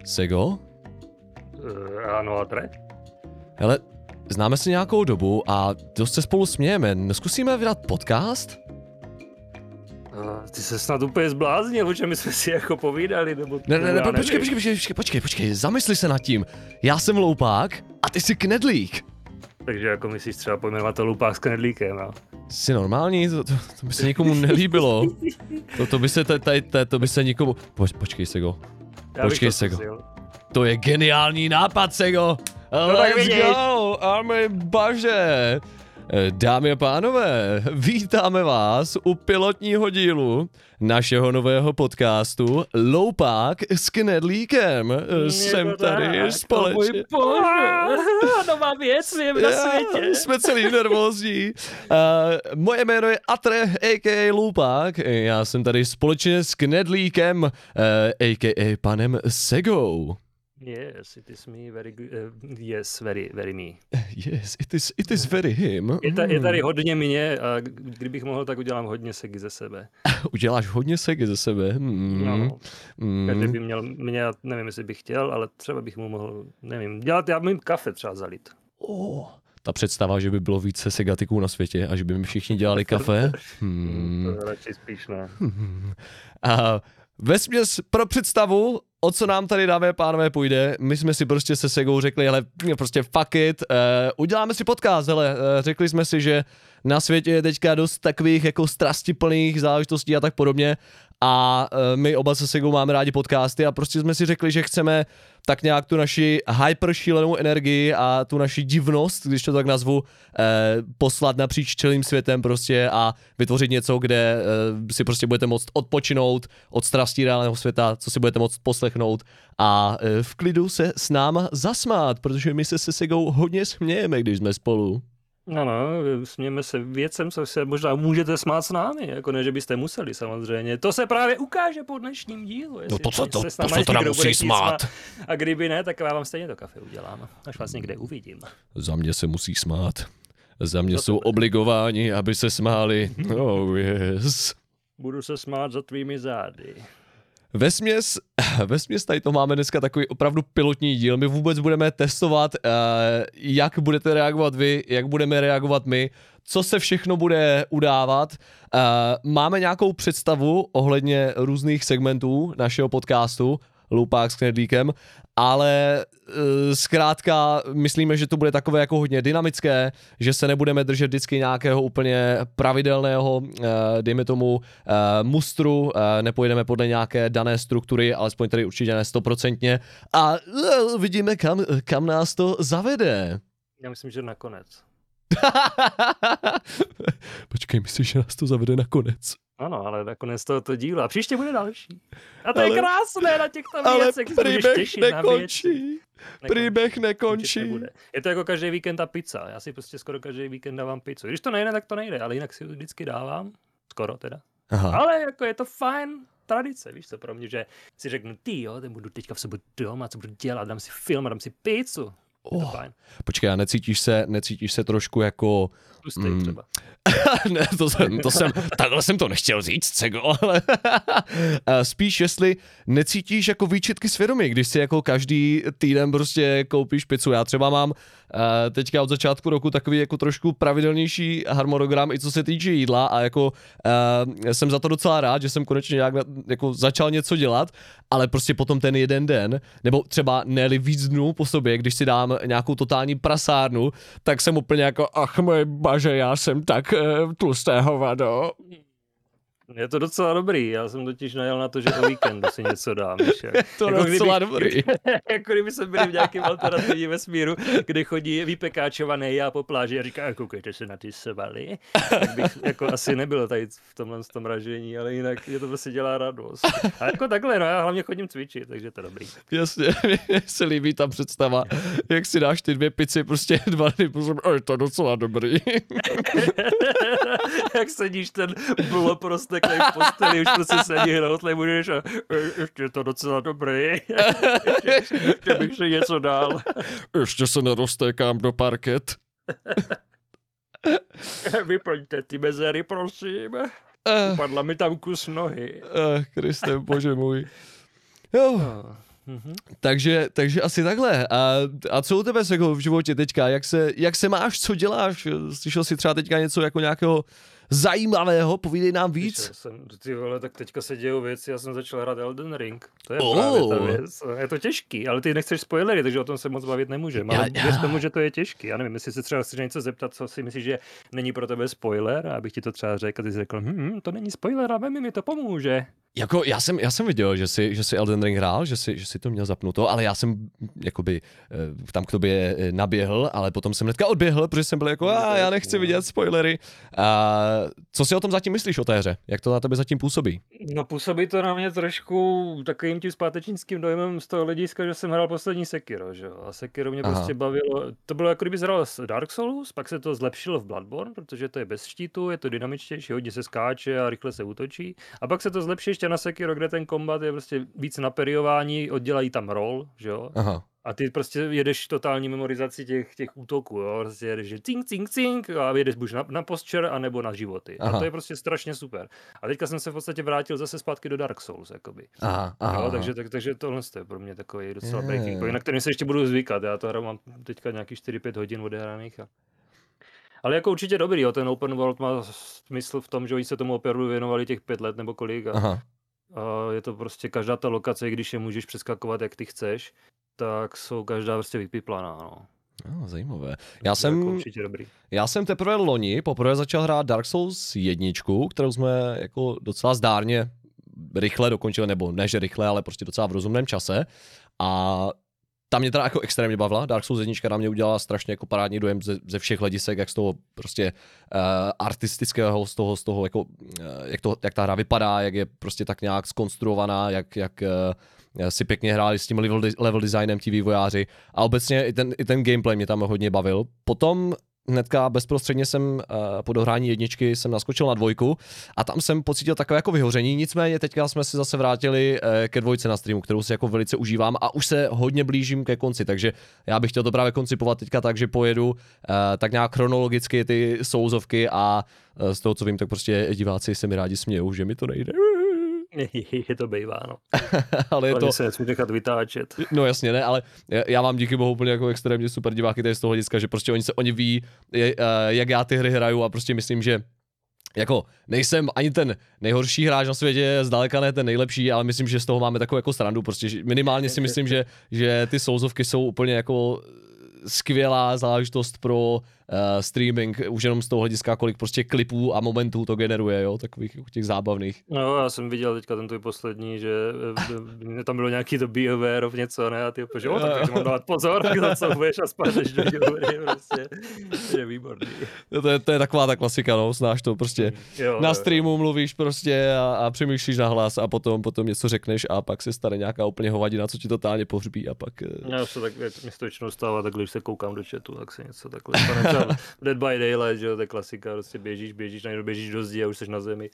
Sego? Ano, a tre? Hele, známe se nějakou dobu a dost se spolu smějeme. Neskusíme vydat podcast? Ty se snad úplně zbláznil, o čem my jsme si jako povídali, nebo... Ne, počkej, zamysli se nad tím. Já jsem Loupák a ty jsi Knedlík. Takže jako myslíš třeba pojmenovat to Loupák s Knedlíkem, no? Jsi normální? To by se nikomu nelíbilo. To by se nikomu... Počkej, Sego. Počkej, Sego. To je geniální nápad, Sego. Let's go, army baže. Dámy a pánové, vítáme vás u pilotního dílu našeho nového podcastu Loupák s Knedlíkem. Jsem tady společně. Nová věc na světě. Jsme celý nervózní. Moje jméno je Atre, a.k.a. Loupák. Já jsem tady společně s Knedlíkem, a.k.a. panem Segou. Yes, it is me, very good. Yes, very me. Yes, it is very him. Je tady hodně mě a kdybych mohl, tak udělám hodně segy ze sebe. Uděláš hodně segy ze sebe? No. Každý by měl, já nevím, jestli bych chtěl, ale třeba bych mu mohl, nevím, dělat, já mým kafe třeba zalit. Ta představa, že by bylo více segatiků na světě a že by mi všichni dělali kafe? To radši spíš ne. A vesměs pro představu, o co nám tady, dámy a pánové, půjde, my jsme si prostě se Segou řekli, hele, prostě fuck it, uděláme si podcast, hele, řekli jsme si, že na světě je teďka dost takových jako strastiplných záležitostí a tak podobně a my oba se Segou máme rádi podcasty a prostě jsme si řekli, že chceme tak nějak tu naši hyperšílenou energii a tu naši divnost, když to tak nazvu, poslat napříč celým světem prostě a vytvořit něco, kde si prostě budete moct odpočinout od strastí reálného světa, co si budete moct poslechnout a v klidu se s náma zasmát, protože my se Segou hodně smějeme, když jsme spolu. No, smějeme se věcem, co se možná můžete smát s námi, jako ne, že byste museli samozřejmě. To se právě ukáže po dnešním dílu. No to teda musí smát. A kdyby ne, tak já vám stejně to kafe udělám, až vás někde uvidím. Za mě se musí smát. Za mě jsou obligováni, aby se smáli. Oh yes. Budu se smát za tvými zády. Vesměs tady to máme dneska takový opravdu pilotní díl. My vůbec budeme testovat, jak budete reagovat vy, jak budeme reagovat my, co se všechno bude udávat. Máme nějakou představu ohledně různých segmentů našeho podcastu Loupák s Knedlíkem, ale zkrátka myslíme, že to bude takové jako hodně dynamické, že se nebudeme držet vždycky nějakého úplně pravidelného, dejme tomu, mustru, nepojedeme podle nějaké dané struktury, alespoň tady určitě ne 100% a vidíme, kam nás to zavede. Já myslím, že nakonec. Počkej, myslíš, že nás to zavede nakonec? Ano, ale nakonec to dílo. A příště bude další. A to je krásné na těchto věcech. Ale příběh nekončí. Příběh nekončí. Je to jako každý víkend ta pizza. Já si prostě skoro každý víkend dávám pizzu. Když to nejde, tak to nejde, ale jinak si ji vždycky dávám. Skoro teda. Aha. Ale jako je to fajn tradice, víš co, pro mě, že si řeknu, ten budu teďka v sobě doma, co budu dělat, dám si film a dám si pizzu. Počkej, a necítíš se trošku jako... Tlustej třeba. Ne, takhle jsem to nechtěl říct, Sego, ale spíš, jestli necítíš jako výčitky svědomí, když si jako každý týden prostě koupíš pizzu. Já třeba mám teďka od začátku roku takový jako trošku pravidelnější harmonogram, i co se týče jídla a jako jsem za to docela rád, že jsem konečně nějak jako začal něco dělat, ale prostě potom ten jeden den, nebo třeba ne-li víc dnů po sobě, když si dám nějakou totální prasárnu, tak jsem úplně jako, ach můj baže, já jsem tak tlusté hovado. Je to docela dobrý, já jsem totiž najel na to, že o víkendu si něco dám. To je jako docela dobrý. Jako kdyby jsme byli v nějakém alternativním vesmíru, kde chodí vypekáčovaný a po pláži a říká, koukejte se na ty svaly. Tak bych jako asi nebyl tady v tom ražení, ale jinak mě to prostě dělá radost. A jako takhle, no já hlavně chodím cvičit, takže to je dobrý. Jasně, mně se líbí ta představa, jak si dáš ty 2 pici prostě 2 dny, to je docela dobrý. Jak sedíš ten prostě v posteli, už prostě sedí hnout, nebudeš a ještě je to docela dobrý. ještě bych si něco dal. Ještě se neroztékám do parket. Vyplňte ty mezery, prosím. Upadla mi tam kus nohy. Kriste, bože můj. Jo. Takže asi takhle. A co u tebe se v životě teďka? Jak se máš, co děláš? Slyšel jsi třeba teďka něco jako nějakého zajímavého? Povídej nám víc. Ty vole, tak teďka se dějou věci, já jsem začal hrát Elden Ring. To je právě ta věc. Je to těžký, ale ty nechceš spoilery, takže o tom se moc bavit nemůžeme. Ale věř tomu, že to je těžký. Já nevím, jestli se třeba chceš něco zeptat, co si myslíš, že není pro tebe spoiler, abych ti to třeba řekl, a ty jsi řekl, to není spoiler, a mi to pomůže. Jako já jsem viděl, že jsi Elden Ring hrál, že jsi to měl zapnuto, ale já jsem jakoby tam k tobě naběhl, ale potom jsem hnedka odběhl, protože jsem byl jako, já nechci vidět spoilery. Co si o tom zatím myslíš o té hře? Jak to na tebe zatím působí? No působí to na mě trošku takovým tím zpátečnickým dojmem z toho hlediska, že jsem hrál poslední Sekiro, že jo? A Sekiro mě prostě bavilo. To bylo jako kdyby hrál Dark Souls, pak se to zlepšilo v Bloodborne, protože to je bez štítu, je to dynamičtější, hodně se skáče a rychle se útočí. A pak se to zlepší ještě na Sekiro, kde ten kombat je prostě víc na periování, oddělají tam roll, že jo? A ty prostě jedeš totální memorizaci těch útoků, jo? Prostě jedeš, že cink a jedeš buď na posture, anebo na životy. A to je prostě strašně super. A teďka jsem se v podstatě vrátil zase zpátky do Dark Souls, jakoby. Takže tohle je pro mě takový docela breaking point, na kterým se ještě budu zvykat. Já to hru mám teďka nějaký 4-5 hodin odehraných. Ale jako určitě dobrý, jo? Ten open world má smysl v tom, že oni se tomu opravdu věnovali těch 5 let nebo kolik. A je to prostě každá ta lokace, když je můžeš přeskakovat, jak ty chceš, tak jsou každá prostě vypiplaná, no. Zajímavé. Já jsem teprve loni poprvé začal hrát Dark Souls 1, kterou jsme jako docela zdárně rychle dokončili, nebo ne že rychle, ale prostě docela v rozumném čase. A ta mě teda jako extrémně bavila. Dark Souls 1 na mě udělala strašně jako parádní dojem ze všech hledisek, jak z toho prostě artistického, z toho jako, jak ta hra vypadá, jak je prostě tak nějak zkonstruovaná, jak si pěkně hráli s tím level designem ti vývojáři a obecně i ten gameplay mě tam hodně bavil. Potom hnedka bezprostředně jsem po dohrání 1 jsem naskočil na 2 a tam jsem pocítil takové jako vyhoření, nicméně teďka jsme se zase vrátili ke 2 na streamu, kterou si jako velice užívám a už se hodně blížím ke konci, takže já bych chtěl to právě koncipovat teďka tak, že pojedu tak nějak chronologicky ty souzovky a z toho, co vím, tak prostě diváci se mi rádi smějou, že mi to nejde. Je to bejvá, no. Ale to se nesmí nechat vytáčet. No jasně, ne, ale já mám díky bohu úplně jako extrémně super diváky tady z toho hlediska, že prostě oni ví, jak já ty hry hraju a prostě myslím, že jako nejsem ani ten nejhorší hráč na světě, zdaleka ne ten nejlepší, ale myslím, že z toho máme takovou jako srandu, prostě minimálně si myslím, že ty souzovky jsou úplně jako skvělá záležitost pro streaming, už jenom z toho hlediska, kolik prostě klipů a momentů to generuje, jo, takových těch zábavných. No, já jsem viděl teďka ten tvůj poslední, že tam bylo nějaký to be aware of něco, ne, a ty že tak mám dávat pozor, na co budeš a spadneš do dělory, prostě, je výborný. To je taková ta klasika, no, znáš to prostě, na streamu mluvíš prostě a přemýšlíš nahlas a potom něco řekneš a pak se stane nějaká úplně hovadina, co ti totálně pohřbí a pak... Já se tak, jak mi to většinou stává, tak když se koukám do chatu, tak se něco takhle stane. Dead by Daylight, že jo, to je klasika, prostě najednou běžíš do zdi a už jsi na zemi.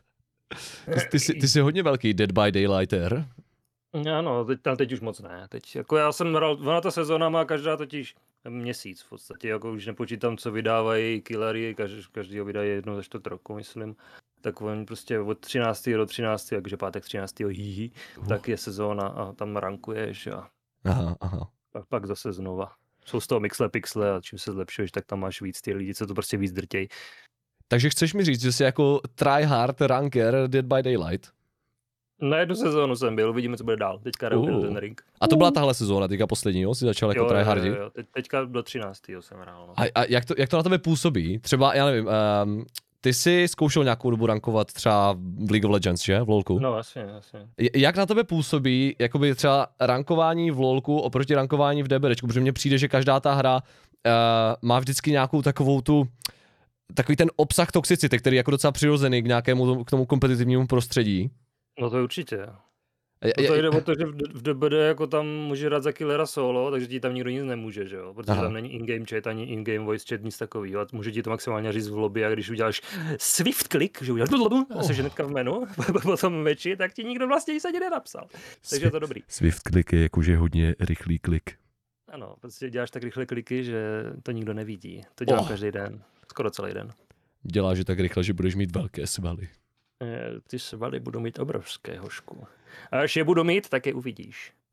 Ty jsi hodně velký Dead by Daylighter. Ano, teď už moc ne. Teď, jako já jsem hrál, ona ta sezóna má každá totiž měsíc v podstatě, jako už nepočítám, co vydávají killery, každý ho vydají jednou za 4 roku, myslím. Tak on prostě od 13. do 13. takže pátek 13. tak je sezóna a tam rankuješ a pak zase znova. Jsou z toho pixle a čím se zlepšuješ, tak tam máš víc ty lidi, co to prostě víc drtěj. Takže chceš mi říct, že jsi jako tryhard ranker Dead by Daylight? Na 1 sezónu jsem byl, uvidíme, co bude dál. Teďka Elden Ring. A to byla tahle sezóna, teďka poslední, jo? Jsi začal jako tryhardi? Jo. Teďka do 13. jsem hrál. No. A jak to na tebe působí? Třeba, já nevím, ty jsi zkoušel nějakou dobu rankovat třeba v League of Legends, že? V LoLku? No, jasně. Jak na tebe působí jakoby třeba rankování v LoLku oproti rankování v DBDčku? Protože mně přijde, že každá ta hra má vždycky nějakou takový ten obsah toxicity, který je jako docela přirozený k tomu kompetitivnímu prostředí. No to je určitě. To jde o to, že v DBD jako tam může hrát za killera solo, takže ti tam nikdo nic nemůže, že jo? Protože tam není in-game chat, ani in-game voice chat, nic takového. Může ti to maximálně říct v lobby a když uděláš swift click, že uděláš a jsi hnedka v menu, po tom meči, tak ti nikdo vlastně nic ani nenapsal. Takže je to dobrý. Swift click je jakože hodně rychlý klik. Ano, prostě děláš tak rychle kliky, že to nikdo nevidí. To dělám každý den, skoro celý den. Děláš je tak rychle, že budeš mít velké svaly. Ty svaly budou mít obrovské, hošku. A až je budu mít, tak je uvidíš.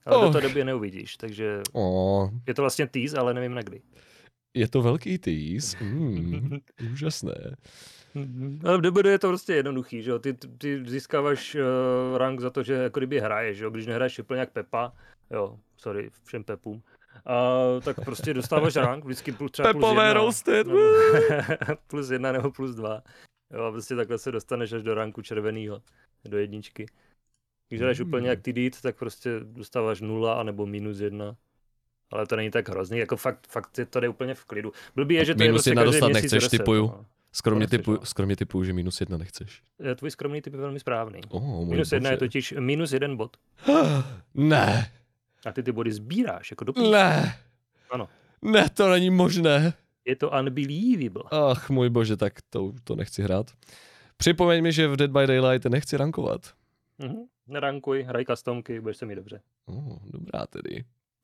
Ale do té doby neuvidíš, takže Oh, je to vlastně tease, ale nevím na kdy. je to velký tease. Úžasné. Ale v DBD je to prostě jednoduchý, že jo? Ty získáváš rank za to, že jako kdyby hraješ, že jo? Když nehraješ úplně jak Pepa, jo, sorry všem Pepům, tak prostě dostáváš rank, vždycky třeba Pepové roasted. plus 1 nebo plus 2. Jo, a prostě takhle se dostaneš až do ranku červenýho, do jedničky. Když hraješ úplně jak ty Deed, tak prostě dostáváš 0 anebo -1. Ale to není tak hrozný, jako fakt to jde úplně v klidu. Blbý je, že to je prostě -1 dostat každý nechceš, reset, typuju. no. Skromně typuju, že -1 nechceš. Tvůj skromný typ je velmi správný. -1 je totiž -1 bod. Ne. A ty body sbíráš jako doplňky. Ne. Ano. Ne, to není možné. Je to unbelievable. Ach, můj bože, tak to nechci hrát. Připomeň mi, že v Dead by Daylight nechci rankovat. Nerankuj, hraj customky, budeš se mít dobře. Dobrá tedy.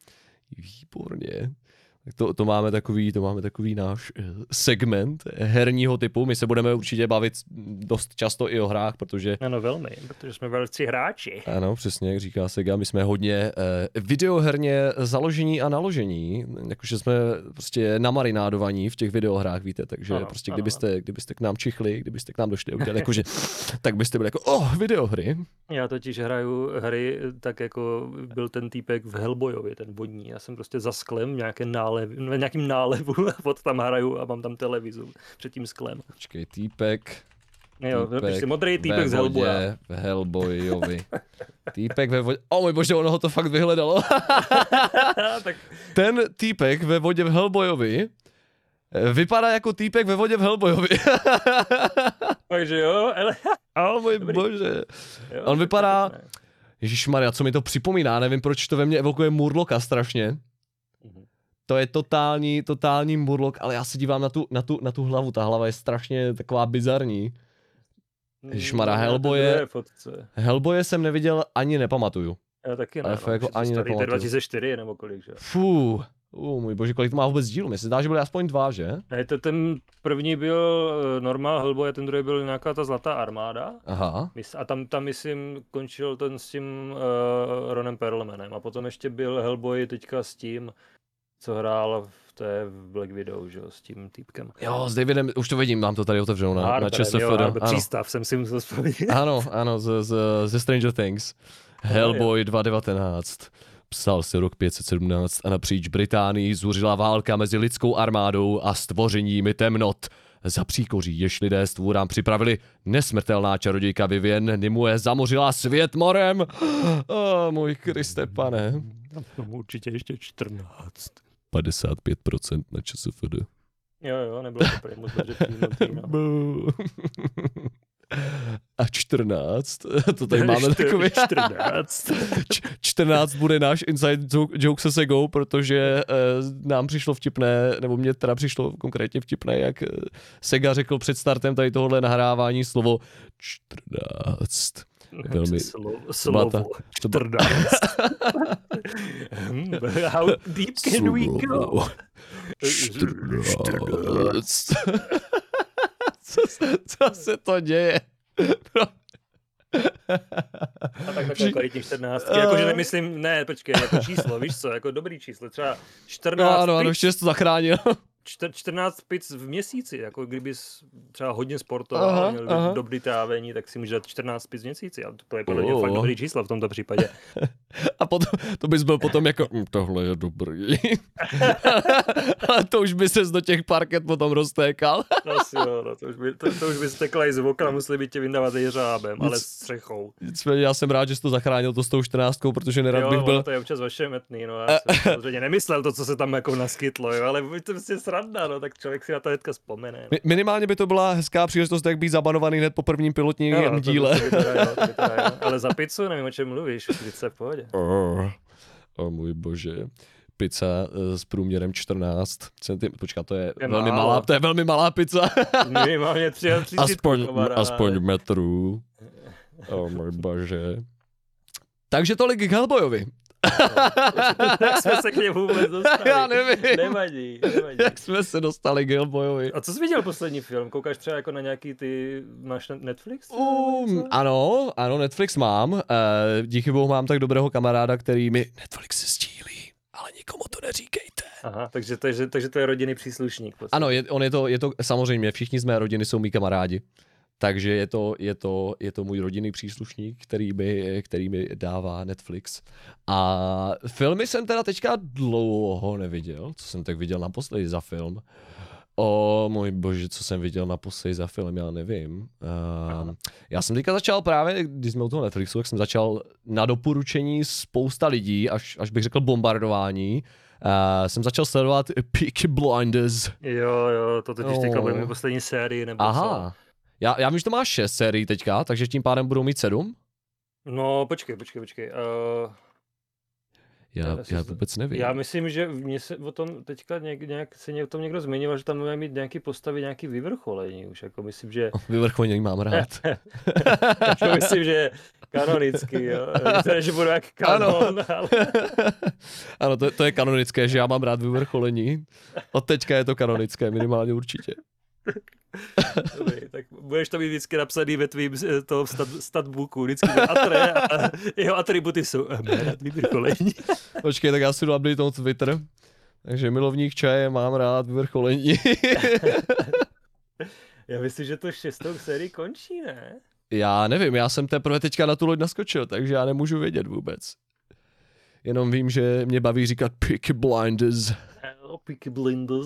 Výborně. Tak to máme takový náš segment herního typu. My se budeme určitě bavit dost často i o hrách, protože... Ano, velmi, protože jsme velcí hráči. Ano, přesně, jak říká Sega, my jsme hodně videoherně založení a naložení, jakože jsme prostě namarinádovaní v těch videohrách, víte, takže ano, prostě ano, kdybyste k nám čichli, kdybyste k nám došli a udělali jakože, tak byste byli jako, videohry. Já totiž hraju hry tak jako byl ten týpek v Hellboyovi, ten vodní. Já jsem prostě za sklem nějakým nálevu a pod tam hraju a mám tam televizu před tím sklem. Počkej, týpek si modrý týpek z Hellboya. V Hellboyovi. Týpek ve vodě. Můj bože, ono ho to fakt vyhledalo. Tak... Ten týpek ve vodě v Hellboyovi vypadá jako týpek ve vodě v Hellboyovi. Takže jo, ale... Můj bože. Jo, on vypadá... Ježišmarja, co mi to připomíná, nevím, proč to ve mně evokuje Murloka strašně. To je totální Murlok, ale já se dívám na tu hlavu, ta hlava je strašně taková bizarní. Ježišmarja, Hellboye jsem neviděl ani nepamatuju. Já taky ne, ale jako ani nepamatuju. 2004 nebo kolik, že? Můj bože, kolik to má vůbec dílů? Mně se zdá, že byly aspoň 2, že? Ne, ten první byl normál Hellboy, ten druhý byl nějaká ta zlatá armáda. Aha. A tam myslím, končil ten s tím Ronem Perlmanem. A potom ještě byl Hellboy teďka s tím, co hrál v Black Widow, že jo, s tím týpkem. Jo, s Davidem, už to vidím, mám to tady otevřenou na ČSFD. Přístav jsem si musel vzpomínat. Ano, ze Stranger Things. Hellboy 2019. Psal se rok 517 a napříč Británii zuřila válka mezi lidskou armádou a stvořeními temnot. Za příkoří, jež lidé stvůrám připravili, nesmrtelná čarodějka Vivien Nimue zamořila svět morem. Můj Kriste, pane. Určitě ještě 14. 55% na ČSFD. Jo, nebylo to prý moc dobře přímo. A 14, to tady máme takový 14 bude náš inside joke se Segou, protože nám přišlo vtipné, nebo mě teda přišlo konkrétně vtipné, jak Sega řekl před startem tady tohohle nahrávání slovo 14. Velmi slovo 14. How deep can we go? 14. Co se to děje? A tak takové kvalitní 14. Jakože nemyslím, počkej, jako číslo, víš co, jako dobrý číslo, třeba 14 Ano, ještě jsi to zachránil. 14 pic v měsíci, jako kdybys třeba hodně sportoval, měl dobrý trávení, tak si můžeš dát 14 pic v měsíci a to je podle mě fakt dobrý číslo v tomto případě. A potom, to bys byl potom jako, tohle je dobrý. Ale to už by ses do těch parket potom roztékal. Asi jo, no, to už by stekla i z okna, museli by tě vyndávat jeřábem, ale s střechou. Nicméně já jsem rád, že jsi to zachránil to s tou 14, protože nerad bych byl... Jo, to je občas ošemetný, no já jsem samozřejmě nemyslel to, co se tam jako naskytlo, jo, ale to prostě sranda, no, tak člověk si na to hnedka vzpomene. No. Minimálně by to byla hezká příležitost, jak být zabanovaný hned po prvním pilotním díle. To by teda, ale za pizzu nevím, o čem mluvíš, pizza v pohodě. Můj bože. Pizza s průměrem 14 cm. Počkat, to je velmi malá pizza. Minimálně 33 aspoň metrů. Můj bože. Takže tolik k Hellboyovi. Tak jsme se k němu vůbec dostali. Já nevím. Nevadí. Jak jsme se dostali k Hellboyovi. A co jsi viděl poslední film? Koukáš třeba jako na nějaký ty, máš Netflix? Ano, Netflix mám. Díky bohu mám tak dobrého kamaráda, který mi Netflix sdílí, ale nikomu to neříkejte. Aha, takže to je rodinný příslušník. Ano, je to samozřejmě, všichni z mé rodiny jsou mý kamarádi. Takže je to můj rodinný příslušník, který mi dává Netflix. A filmy jsem teda teďka dlouho neviděl. Co jsem tak viděl naposledy za film? O můj bože, co jsem viděl naposledy za film, já nevím. Já jsem teďka začal právě, když jsme u toho Netflixu, tak jsem začal na doporučení spousta lidí, až bych řekl bombardování. Jsem začal sledovat Peaky Blinders. Jo, to totiž teďka bude mít poslední sérii, nebo Aha. co? Já vím, že to má 6 sérií teďka, takže tím pádem budou mít 7? No, počkej. Já vůbec nevím. Já myslím, že mě se o tom teďka nějak se o tom někdo zmiňoval, že tam bude mít nějaký postavy, nějaký vyvrcholení už, jako myslím, že... Vyvrcholení mám rád. To myslím, že je kanonický, jo. Myslím, že budu jak kanon, ano. ale... Ano, to je kanonické, že já mám rád vyvrcholení. Od teďka je to kanonické, minimálně určitě. Dobrý, tak budeš to mít vždycky napsaný ve tvým statbooku, vždycky atre a jeho atributy jsou rád vyvrcholení. Počkej, tak já si jdu updatenout Twitter. Takže milovník čaje, mám rád vyvrcholení. Já myslím, že to 6. sérii končí, ne? Já nevím, já jsem teprve teďka na tu loď naskočil, takže já nemůžu vědět vůbec. Jenom vím, že mě baví říkat Peaky Blinders. Peaky Blinders.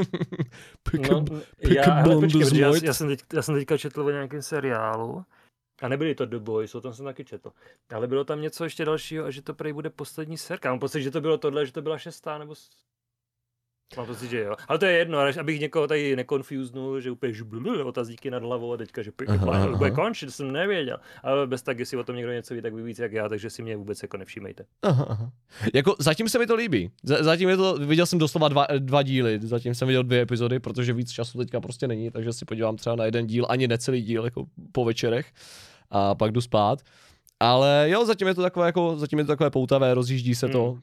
Já jsem teďka četl o nějakém seriálu. A nebyly to The Boys, o tom jsem taky četl. Ale bylo tam něco ještě dalšího a že to prej bude poslední sérka. Mám pocit, že to bylo tohle, že to byla 6. nebo... Mám pocit, že jo. Ale to je jedno, abych někoho tady nekonfuznul, že úplně otazníky nad hlavou a teďka, že bude končit, to jsem nevěděl. Ale bez tak, jestli o tom někdo něco ví, tak ví víc jak já, takže si mě vůbec jako nevšímejte. Aha. Jako zatím se mi to líbí. Zatím je to, viděl jsem doslova dva díly, zatím jsem viděl 2 epizody, protože víc času teďka prostě není, takže si podívám třeba na jeden díl, ani necelý díl, jako po večerech a pak jdu spát. Ale jo, zatím je to takové poutavé, rozjíždí se to,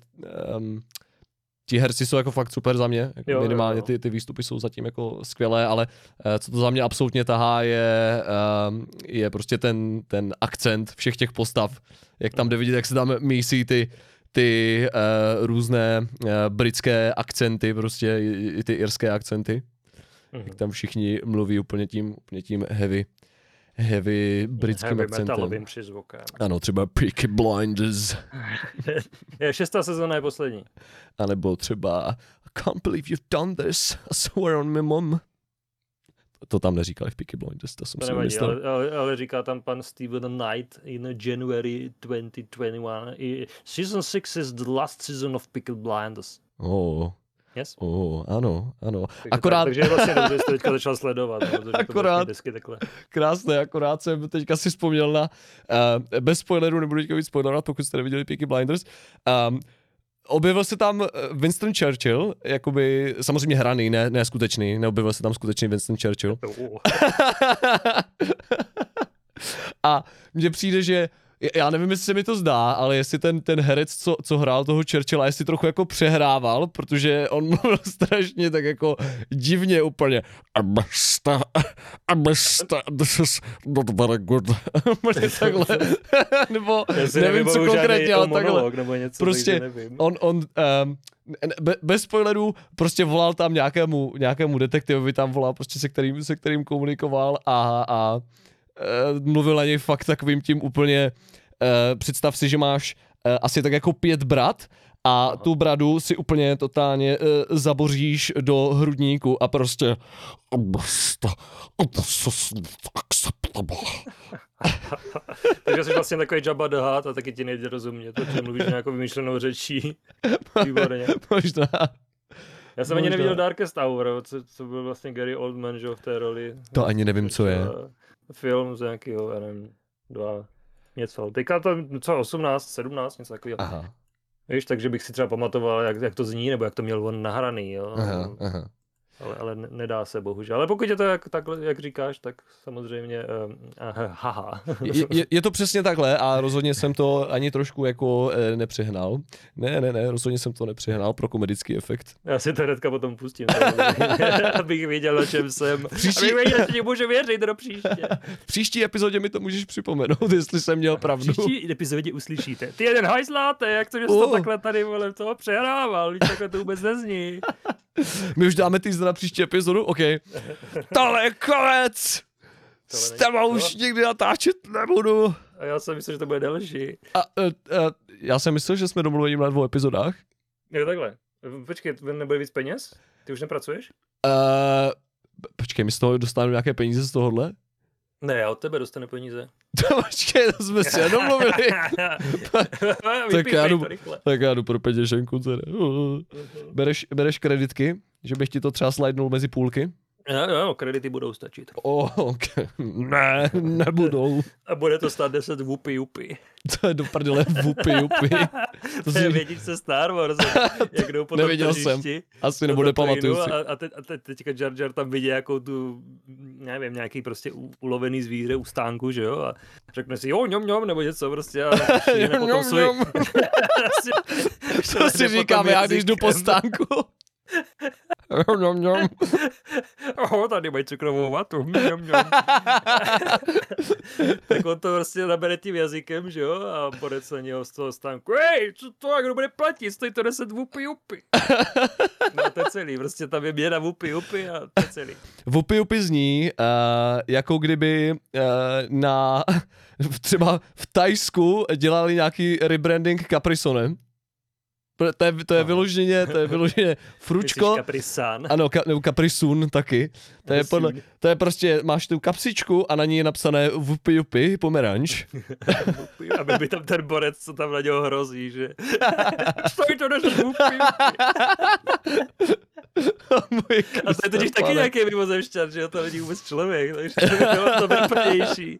ti herci jsou jako fakt super za mě, jako minimálně ty výstupy jsou zatím jako skvělé, ale co to za mě absolutně tahá je prostě ten akcent všech těch postav, jak tam jde vidět, jak se tam mísí ty různé britské akcenty, prostě i ty irské akcenty, jak tam všichni mluví úplně tím heavy britským akcentem. Metalovým přizvukem. Ano, třeba Peaky Blinders. Je 6. sezóna je poslední. A nebo třeba I can't believe you've done this, I swear on my mom. To tam neříkali v Peaky Blinders, to jsem si myslel. Ale říká tam pan Steven Knight in January 2021. Season 6 is the last season of Peaky Blinders. Yes? Ano. Takže vlastně dobře, jsi to teďka začal sledovat. Akorát, krásné, akorát jsem teďka si vzpomněl na, bez spoilerů, nebudu teďka víc spoilerovat, pokud jste neviděli Peaky Blinders, objevil se tam Winston Churchill, jakoby, samozřejmě hraný, ne skutečný, neobjevil se tam skutečný Winston Churchill. A mně přijde, že já nevím, jestli se mi to zdá, ale jestli ten herec, co hrál toho Churchilla, jestli trochu jako přehrával, protože on mluvil strašně tak jako divně úplně. This is not very good. Takhle. Nebo nevím, co konkrétně, ale takhle. Nebo něco, prostě on bez spoilerů prostě volal tam nějakému detektivovi, tam volal prostě se kterým komunikoval a mluvil na něj fakt takovým tím úplně, představ si, že máš asi tak jako 5 brat a tu bradu si úplně totálně zaboříš do hrudníku a prostě takže jsi vlastně takový Jabba the Hutt a taky ti nejde rozumět, protože mluvíš nějakou vymýšlenou řečí. Výborně. Možná. Já jsem ani neviděl Darkest Hour, co byl vlastně Gary Oldman, že v té roli. To ani nevím, co je. Film z nějakého, já nevím, 2 něco. Teďka to co 18, 17, něco takového. Aha. Víš, takže bych si třeba pamatoval, jak to zní, nebo jak to měl on nahraný, jo. Aha. Ale nedá se, bohužel. Ale pokud je to takhle, jak říkáš, tak samozřejmě haha. Je to přesně takhle a rozhodně jsem to ani trošku jako nepřehnal. Ne, rozhodně jsem to nepřehnal pro komedický efekt. Já si to hnedka potom pustím, abych věděl, na čem jsem. Abych věděl, že ti můžu věřit do příště. V příští epizodě mi to můžeš připomenout, jestli jsem měl pravdu. V příští epizodě uslyšíte. Ty jeden hajzláte, jak to, že jsi to takhle tady vole, toho přehrával, víš, takhle to vůbec nezní. My už dáme teaser na příští epizodu? OK. Tohle je konec! S tebou už nikdy natáčet nebudu. A já jsem myslel, že to bude delší. Já jsem myslel, že jsme domluveni na 2 epizodách. Jo, takhle. Počkej, nebude víc peněz? Ty už nepracuješ? Počkej, my z toho dostanu nějaké peníze z tohohle? Ne, já od tebe dostanu peníze. Počkej, to jsme si nedomluvili. tak já jdu pro peněženku teda. Bereš kreditky, že bych ti to třeba slidnul mezi půlky? Jo, kredity budou stačit. Okay. Ne, nebudou. A bude to stát 10 whoopy. To je do prdele whoopy. To je vědičce Star Wars, jak jdou po tom jsem. Asi nebo nepamatuju si. A teďka Jar Jar tam vidí jakou tu, nevím, nějaký prostě ulovený zvíře u stánku, že jo? A řekne si, jo, ňom, nebo něco prostě. A ňom. To si říkám já, když jdu po stánku. Tady mají cukrovou vatu. Tak on to prostě nabere tím jazykem, že jo, a borec na něho z toho stánku. Hej, co to, kdo bude platit? Stojí to 10 whoopy. No to je celý, prostě tam je měna whoopy a to je celý. Whoopy zní, jako kdyby třeba v Thajsku dělali nějaký rebranding Caprisonem. To je vyloženě fručko. Caprisan. Ano, nebo Caprisun taky. To je prostě, máš tu kapsičku a na ní je napsané Whoopy pomeranč. Aby by tam ten borec, co tam na něho hrozí, že stojí to než Whoopy. A to je totiž taky nějaký mimozemšťan, že to není vůbec člověk, takže to by bylo to bezprnější.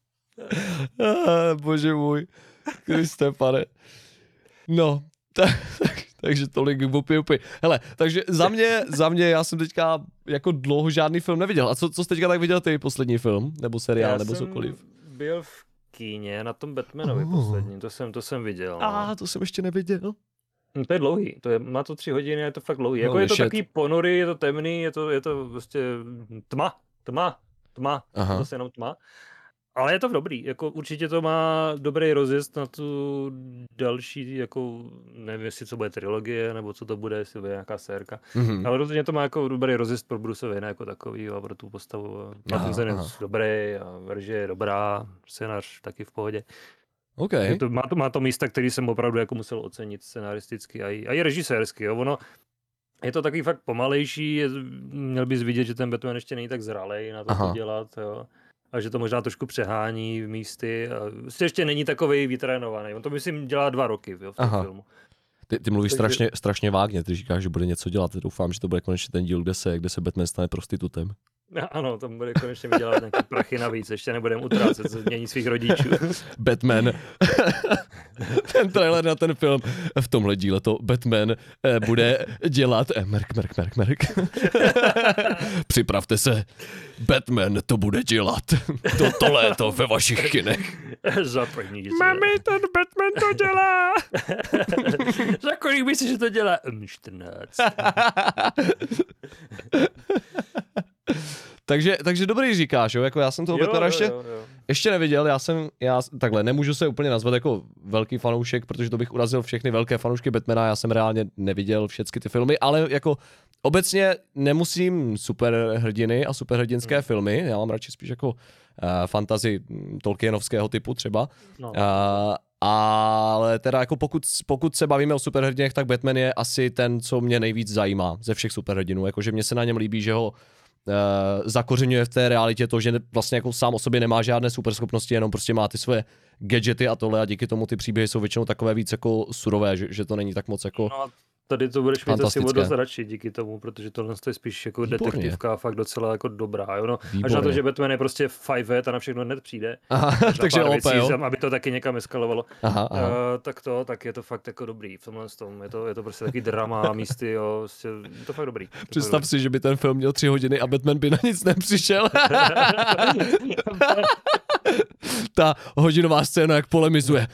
Bože můj, Kriste pane. No, takže tolik Whoopy. Hele, takže za mě já jsem teďka jako dlouho žádný film neviděl. A co jsi teďka tak viděl ty poslední film? Nebo seriál, nebo cokoliv? Byl v kíně na tom Batmanovi poslední, to jsem viděl. No. To jsem ještě neviděl. To je dlouhý, má to 3 hodiny, je to fakt dlouhý. Jako je to takový ponury, je to temný, je to prostě tma. Aha. Prostě jenom tma. Ale je to dobrý, jako určitě to má dobrý rozjezd na tu další, jako nevím, jestli co bude trilogie, nebo co to bude, jestli bude nějaká sérka. Mm-hmm. Ale rozhodně to má jako dobrý rozjezd pro Bruce Wayne jako takový a pro tu postavu. Pattinson je dobrý a verže je dobrá, scénář taky v pohodě. Okay. Má to místa, který jsem opravdu jako musel ocenit scenaristicky a i režisérsky. Jo. Ono je to takový fakt pomalejší, měl bys vidět, že ten Batman ještě není tak zralej na to dělat, jo. A že to možná trošku přehání v místy. Ještě není takovej vytrénovaný. On to myslím dělá 2 roky, jo, v tom filmu. Ty mluvíš strašně vágně, ty říkáš, že bude něco dělat. Doufám, že to bude konečně ten díl, kde se Batman stane prostitutem. Ano, tam bude konečně vydělat nějaké prachy navíc, ještě nebudeme utrácet, co změní svých rodičů. Batman. Ten trailer na ten film. V tomhle díle to Batman bude dělat... Merk. Připravte se. Batman to bude dělat. To léto ve vašich kinech. Za peníze. Mami, ten Batman to dělá. Za kolik myslíš, že to dělá? 14. Takže dobrý říkáš, jo? Jako já jsem toho Batmana ještě neviděl, já takhle nemůžu se úplně nazvat jako velký fanoušek, protože to bych urazil všechny velké fanoušky Batmana, já jsem reálně neviděl všechny ty filmy, ale jako obecně nemusím superhrdiny a superhrdinské filmy, já mám radši spíš jako fantasy Tolkienovského typu třeba. No. Ale teda jako pokud se bavíme o superhrdinech, tak Batman je asi ten, co mě nejvíc zajímá ze všech superhrdinů, jakože mně se na něm líbí, že ho zakořeňuje v té realitě to, že vlastně jako sám o sobě nemá žádné superschopnosti, jenom prostě má ty svoje gadgety a tohle a díky tomu ty příběhy jsou většinou takové víc jako surové, že to není tak moc jako Tady to budeš mít asi Fantastické. o dost radši díky tomu, protože tohle je spíš jako Výborně. detektivka a fakt docela jako dobrá, jo, no. Až na to, Výborně. že Batman je prostě 5 a na všechno hned přijde. Aha, Až na takže pár OP, věcí, jo? aby to taky někam eskalovalo. Aha. Tak je to fakt jako dobrý v tomhle tom. Je to prostě taky drama místy, jo, prostě, je to fakt dobrý. Představ si, že by ten film měl 3 hodiny a Batman by na nic nepřišel. Ta hodinová scéna, jak polemizuje.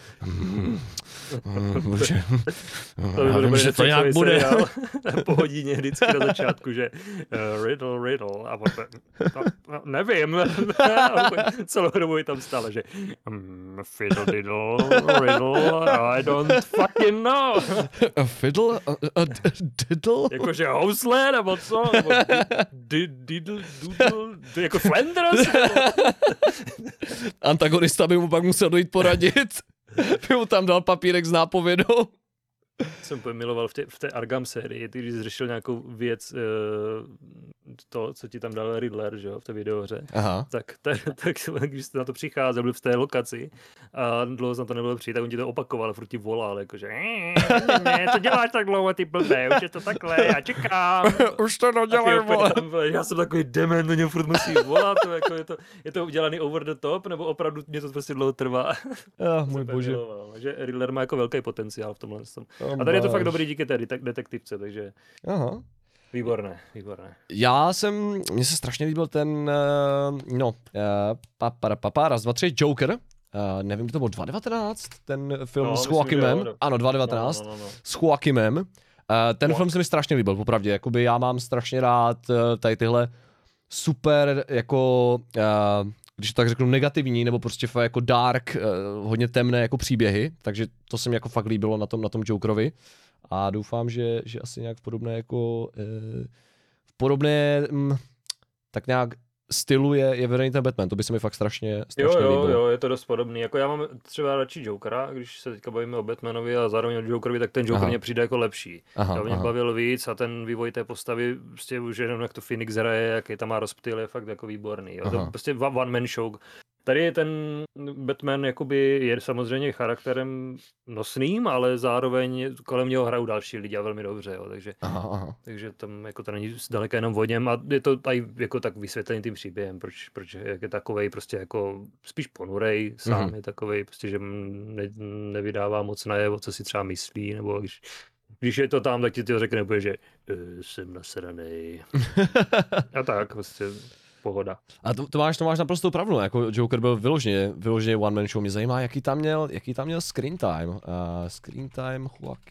To by byl že to nějak bude. seriál po hodině vždycky na začátku, že riddle a potom, no, nevím, celou dobu je tam stále, že fiddle diddle, riddle, I don't fucking know. A fiddle? A diddle? Jakože housle, nebo co? Nebo diddle, doodle, jako Flanders? Antagonista by mu pak musel dojít poradit. By mu tam dal papírek s nápovědou. Jsem miloval v té Arkham sérii, ty když jsi řešil nějakou věc, to, co ti tam dal Riddler, že jo, v té videohře, Aha. tak když jsi na to přicházel, byl v té lokaci a dlouho jsem to nebylo přijít, tak on ti to opakoval, furt ti volal, jakože ne, co děláš tak dlouho, ty blbé, už je to takhle, já čekám. Už to nedělej, vole. Já jsem takový dement, do něj furt musí volat, jako je to udělaný over the top, nebo opravdu mě to prostě dlouho trvá. Můj bože. Že Riddler má jako velký potenciál v tomhle. A tady je to fakt dobrý díky té detektivce, takže Aha. výborné. Mně se strašně líbil ten, raz, dva, tři, Joker. Nevím, kdo to byl 2019, ten film s Joaquimem. Ano, 2019, s Joaquimem. Ten film se mi strašně líbil, popravdě. Jakoby já mám strašně rád tady tyhle super, jako, když to tak řeknu, negativní, nebo prostě jako dark, hodně temné jako příběhy, takže to se mi jako fakt líbilo na tom Jokerovi. A doufám, že asi nějak v podobné jako, tak nějak stylu je vedený ten Batman, to by se mi fakt strašně líbilo. Jo, je to dost podobný. Jako já mám třeba radši Jokera, když se teďka bavíme o Batmanovi a zároveň o Jokerovi, tak ten Joker mě přijde jako lepší. Mě bavil víc a ten vývoj té postavy, prostě už jenom jak to Phoenix hraje, jaký tam má rozptyl, je fakt jako výborný. Jo. To prostě one man show. Tady je ten Batman jakoby je samozřejmě charakterem nosným, ale zároveň kolem něho hrajou další lidi a velmi dobře, jo, takže tam jako to není zdaleka jenom o něm a je to tady jako tak vysvětlený tím příběhem, proč je takovej prostě jako spíš ponurej sám, je takovej prostě, že nevydává moc najevo, co si třeba myslí, nebo když je to tam, tak ti to řekne, že jsem nasranej. A tak prostě pohoda. A to máš naprosto pravdu, jako Joker byl vyloženě one man show. Mě zajímá, jaký tam měl screen time. Screen time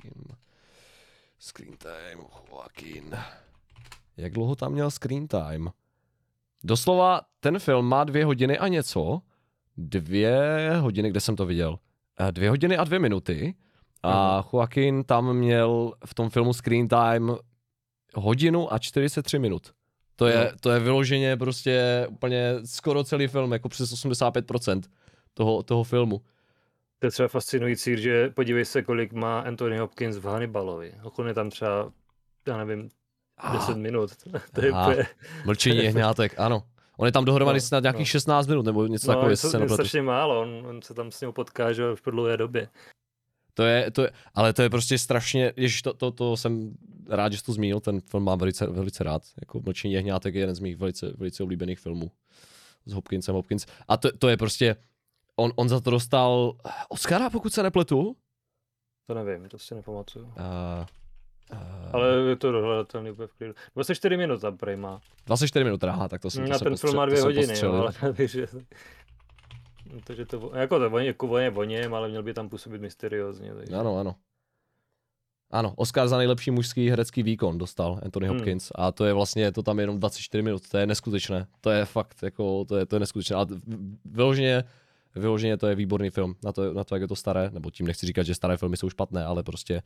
Joaquin. Jak dlouho tam měl screen time? Doslova ten film má 2 hodiny a něco. 2 hodiny, kde jsem to viděl? 2 hodiny a 2 minuty. A Joaquin tam měl v tom filmu screen time 1 hodinu a 43 minut. To je vyloženě prostě úplně skoro celý film, jako přes 85% toho filmu. To je třeba fascinující, že podívej se, kolik má Anthony Hopkins v Hannibalovi. On je tam třeba, já nevím, 10 minut. To je úplně... Mlčení jehňátek, ano. On je tam dohromady snad nějakých 16 minut, nebo něco takového. No, je strašně málo, on se tam s ním potká, že v dlouhé době. Ale to je prostě strašně, to jsem rád, že jsi to zmínil, ten film mám velice rád, jako Mlčení jehňátek je jeden z mých velice oblíbených filmů s Hopkinsem. A to je prostě, on za to dostal Oscara, pokud se nepletu? To nevím, to si nepamatuju. Ale je to dohledatelný úplně v klidu. 24 minut tam prej má. 24 minut, tak to jsem na ten film má 2 hodiny, jo, takže... Takže to je o něm, ale měl by tam působit mysteriózně. Takže... Ano, Oscar za nejlepší mužský herecký výkon dostal Anthony Hopkins a to je vlastně, to tam je jenom 24 minut, to je neskutečné, to je fakt, jako, to je neskutečné, a vyloženě to je výborný film, na to, jak je to staré, nebo tím nechci říkat, že staré filmy jsou špatné, ale prostě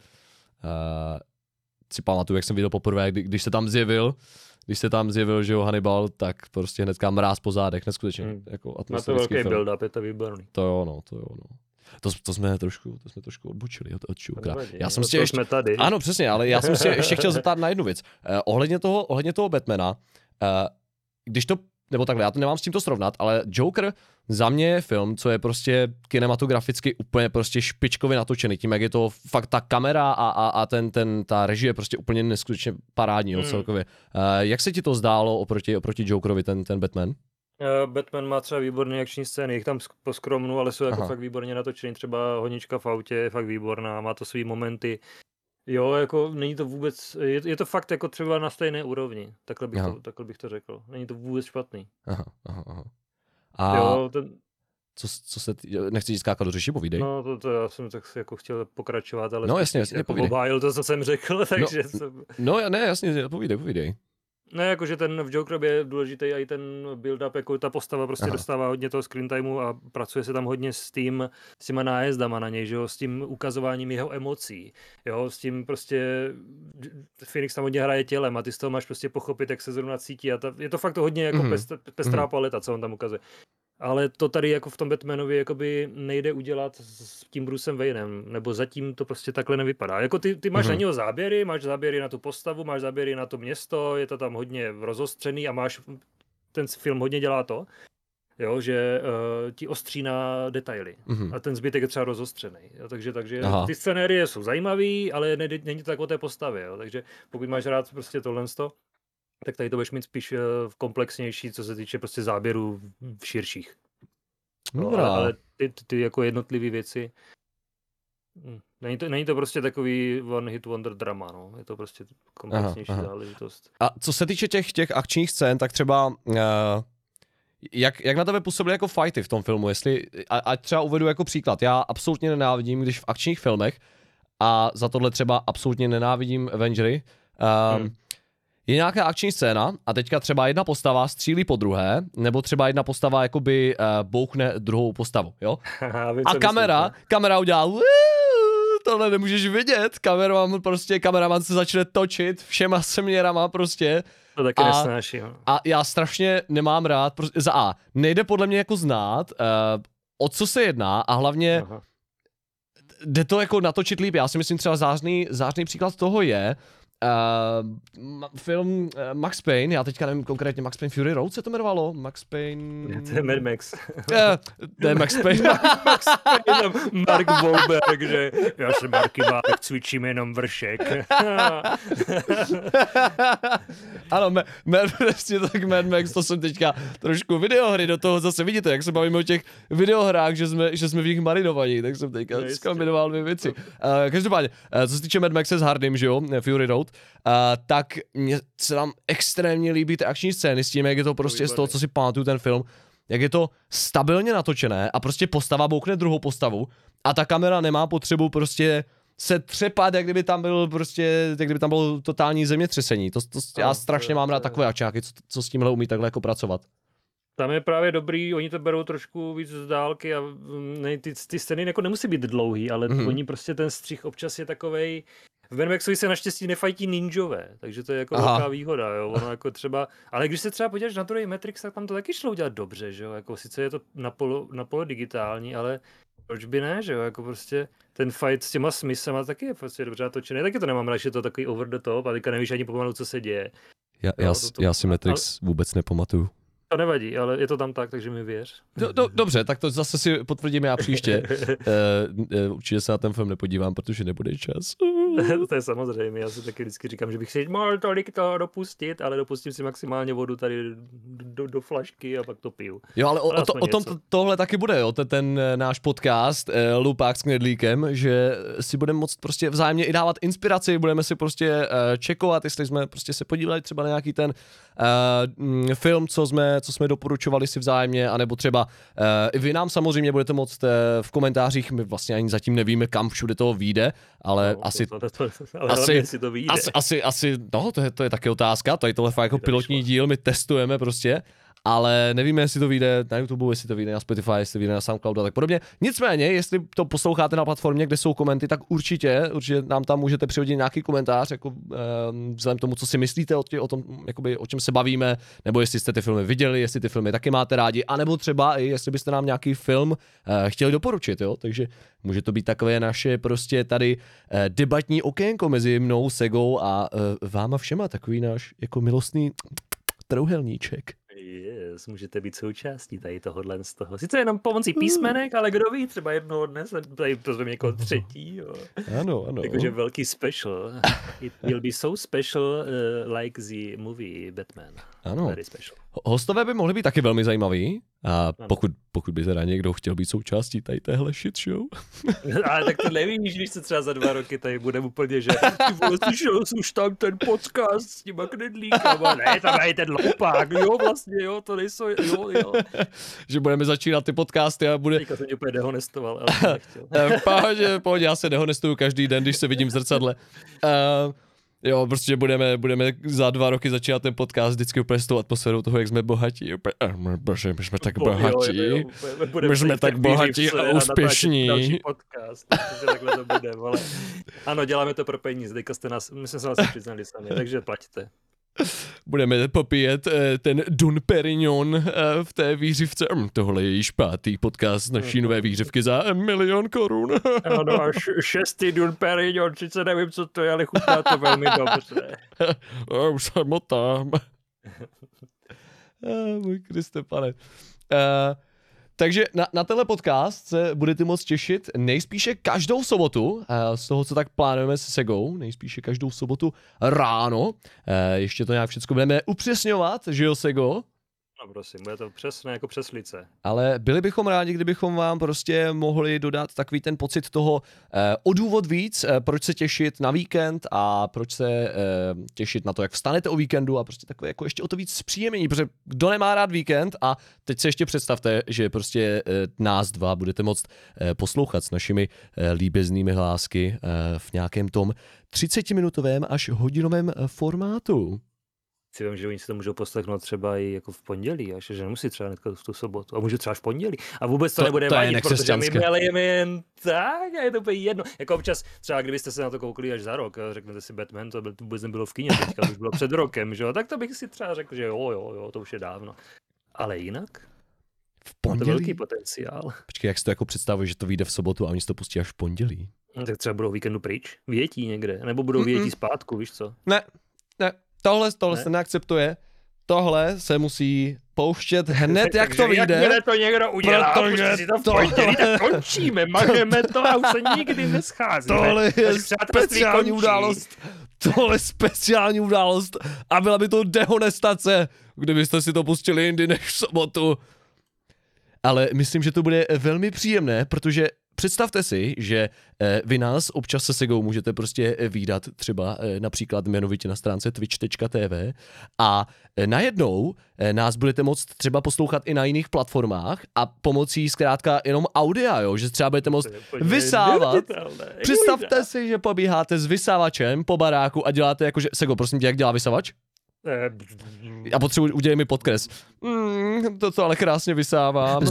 si pamatuju, jak jsem viděl poprvé, když se tam zjevil, že jo, Hannibal, tak prostě hnedka mráz po zádech, neskutečně, jako atmosférický film. Na to velký build-up, je to výborný. To jo, no. To jsme trošku odbočili od Jokera. Já jsem si ještě tady. Ano, přesně, ale já jsem si ještě chtěl zeptat na jednu věc. Ohledně toho Batmana, když to nebo takhle, já to nemám s tím to srovnat, ale Joker za mě je film, co je prostě kinematograficky úplně prostě špičkově natočený, tím jak je to fakt ta kamera a ta režie je prostě úplně neskutečně parádní, celkově. Jak se ti to zdálo oproti Jokerovi, ten Batman? Batman má třeba výborné akční scény, jich tam poskromnu, ale jsou jako fakt výborně natočený, třeba Honička v autě je fakt výborná, má to svý momenty. Jo, jako není to vůbec, je to fakt jako třeba na stejné úrovni, takhle bych to řekl. Není to vůbec špatný. Aha. A jo, co se nechci ti skákat do řeči, povídej. No, to já jsem tak jako chtěl pokračovat, ale no, jasně, jako povídej. obhájil to, co jsem řekl, takže... jasně, povídej. Ne, jakože ten v Jokerovi je důležitý i ten build-up, jako ta postava prostě dostává hodně toho screen timeu a pracuje se tam hodně s těma nájezdama na něj, že jo, s tím ukazováním jeho emocí, jo, s tím prostě Phoenix tam hodně hraje tělem a ty z toho máš prostě pochopit, jak se zrovna cítí a je to fakt hodně jako pestrá paleta, co on tam ukazuje. Ale to tady jako v tom Batmanovi jakoby nejde udělat s tím Brucem Waynem, nebo zatím to prostě takhle nevypadá. Jako ty máš na něho záběry, máš záběry na tu postavu, máš záběry na to město, je to tam hodně rozostřený a ten film hodně dělá to, jo, že ti ostří na detaily a ten zbytek je třeba rozostřený. Jo, takže ty scenérie jsou zajímavý, ale není to tak o té postavě, jo, takže pokud máš rád prostě tohle, tak tady to budeš mít spíš komplexnější, co se týče prostě záběrů v širších. No, ale ty jako jednotlivé věci, není to prostě takový one hit wonder drama, no. Je to prostě komplexnější záležitost. A co se týče těch akčních scén, tak třeba jak na tebe působily jako fighty v tom filmu, ať třeba uvedu jako příklad, já absolutně nenávidím, když v akčních filmech, a za tohle třeba absolutně nenávidím Avengery, je nějaká akční scéna a teďka třeba jedna postava střílí po druhé, nebo třeba jedna postava jakoby bouchne druhou postavu, jo? A kamera udělá tohle nemůžeš vidět, kameraman se začne točit všema směrama prostě. To taky nesnáším. A já strašně nemám rád, za A, nejde podle mě jako znát, o co se jedná a hlavně jde to jako natočit líp. Já si myslím třeba zářný příklad toho je film Max Payne, já teďka nevím konkrétně, Max Payne Fury Road se to jmenovalo? Max Payne... To je Mad Max. To je Max Payne. Max Payne, Mark Wahlberg, že já jsem Marky Wahlberg, cvičím jenom vršek. Ano, prostě tak Mad Max, to jsem teďka trošku videohry do toho zase vidíte, jak se bavíme o těch videohrách, že jsme v nich marinovaní, tak jsem teďka zkombinoval dvě věci. Každopádně, co se týče Mad Maxe s Hardym, že jo, Fury Road, tak mně se tam extrémně líbí ty akční scény s tím, jak je to prostě z toho, co si pamatuju ten film, jak je to stabilně natočené a prostě postava bouchne druhou postavu a ta kamera nemá potřebu prostě se třepat, jak kdyby tam bylo totální zemětřesení. Já strašně mám rád takové akčáky, co s tímhle umí takhle jako pracovat. Tam je právě dobrý, oni to berou trošku víc z dálky a ty scény jako nemusí být dlouhý, ale oni prostě ten střih občas je takovej. V Mad Maxovi se naštěstí nefajtí ninjové, takže to je jako velká výhoda, jo. Ono jako třeba, ale když se třeba podíváš na druhý Matrix, tak tam to taky šlo udělat dobře, že jo. Jako sice je to na polo digitální, ale proč by ne, že jo, jako prostě ten fight s těma Smithama taky je prostě dobře natočený, taky to nemám rád, že to takový over the top a teďka nevíš ani pomalu, co se děje. Já si Matrix vůbec nepamatuju. To nevadí, ale je to tam tak, takže mi věř. Dobře, tak to zase si potvrdíme já příště. Určitě se na ten film nepodívám, protože nebude čas. To je samozřejmě, já si taky vždycky říkám, že bych si mohl tolik to dopustit, ale dopustím si maximálně vodu tady do flašky a pak to piju. Jo, ale o tom tohle taky bude, jo, ten náš podcast Lupák s Knedlíkem, že si budeme moct prostě vzájemně i dávat inspiraci, budeme si prostě čekovat, jestli jsme prostě se podívali třeba na nějaký ten film, co jsme doporučovali si vzájemně, anebo třeba vy nám samozřejmě budete moct v komentářích, my vlastně ani zatím nevíme, kam všude to vyjde, ale to je taky otázka, tady tohle fakt jako pilotní díl, my testujeme prostě, ale nevíme, jestli to vyjde na YouTube, jestli to vyjde na Spotify, jestli to vyjde na SoundCloud a tak podobně. Nicméně, jestli to posloucháte na platformě, kde jsou komenty, tak určitě nám tam můžete přihodit nějaký komentář, jako vzhledem tomu, co si myslíte o tom, jakoby, o čem se bavíme, nebo jestli jste ty filmy viděli, jestli ty filmy taky máte rádi, anebo třeba i jestli byste nám nějaký film chtěli doporučit, jo? Takže může to být takové naše prostě tady debatní okénko mezi mnou, Segou a váma všema, takový náš jako milostný trouhelníček. Yes, můžete být součástí tady tohohle z toho. Sice jenom pomocí písmenek, ale kdo ví, třeba jednoho dne se tady pozveme někoho třetího. Ano. Jakože velký special. It will be so special like the movie Batman. Ano. Very special. Hostové by mohly být taky velmi zajímaví, a pokud by teda někdo chtěl být součástí tady téhle shit show. Ale tak to nevíš, když se třeba za 2 roky tady bude úplně, že ty vole, slyšel jsi už tam ten podcast s těma knedlíkama, ne, tam je ten loupák, jo, vlastně, jo, to nejsou, jo. Že budeme začínat ty podcasty a bude... Teďka jsem tě úplně dehonestoval, ale jsem nechtěl. v pohodě, já se dehonestuju každý den, když se vidím v zrcadle. Jo, prostě budeme za 2 roky začínat ten podcast vždycky úplně s tou atmosférou toho, jak jsme bohatí. Bože, my jsme tak bohatí. My jsme tak bohatí a úspěšní. Další podcast, takže takhle to bude, vole. Ano, děláme to pro peníze, teďka jste nás, my jsme se vlastně přiznali sami, takže plaťte. Budeme popíjet ten Dom Perignon v té výřivce. Tohle je již 5. podcast naší nové výřivky za 1 000 000 korun. Ano, a 6. Dom Perignon, sice nevím, co to je, ale chutná to velmi dobře. Už se motám. Můj Kriste, pane. Takže na tenhle podcast se budete moct těšit nejspíše každou sobotu, z toho, co tak plánujeme se Segou, nejspíše každou sobotu ráno. Ještě to nějak všechno budeme upřesňovat, že jo, Sego? No prosím, bude to přesné jako přeslice. Ale byli bychom rádi, kdybychom vám prostě mohli dodat takový ten pocit toho o důvod víc, proč se těšit na víkend a proč se těšit na to, jak vstanete o víkendu a prostě takové jako ještě o to víc zpříjemnění, protože kdo nemá rád víkend a teď se ještě představte, že prostě nás dva budete moct poslouchat s našimi líbeznými hlásky v nějakém tom 30-minutovém až hodinovém formátu. Si vím, že oni si to můžou poslechnout třeba i jako v pondělí, až že nemusí třeba hned v tu sobotu. A můžu třeba v pondělí. A vůbec to nebude vadit, protože my melejeme jen tak a je to úplně jedno. Jako občas, třeba kdybyste se na to koukli až za rok, řeknete si Batman, to vůbec nebylo v kině, teďka to už bylo před rokem, že jo, tak to bych si třeba řekl, že jo, to už je dávno. Ale jinak? V pondělí? To je velký potenciál. Počkej, jak si to jako představuješ, že to vyjde v sobotu a oni si to pustí až v pondělí? Tak třeba budou víkendu pryč, větí někde, nebo budou větí zpátku, víš co? Ne. Tohle se neakceptuje. Tohle se musí pouštět hned, jak to vyjde. Jakmile to někdo udělá, protože si to v pondělí, tak končíme, mažeme to a už se nikdy nescházíme. Tohle je speciální událost. Tohle je speciální událost a byla by to dehonestace, kdybyste si to pustili jindy než v sobotu. Ale myslím, že to bude velmi příjemné, protože představte si, že vy nás občas se Segou můžete prostě vídat třeba například jmenovitě na stránce twitch.tv a najednou nás budete moct třeba poslouchat i na jiných platformách a pomocí zkrátka jenom audia, jo, že třeba budete moct vysávat. Představte si, že pobíháte s vysávačem po baráku a děláte jakože, Sego, prosím tě, jak dělá vysavač? Já potřebuji, udělej mi podkres. To ale krásně vysávám.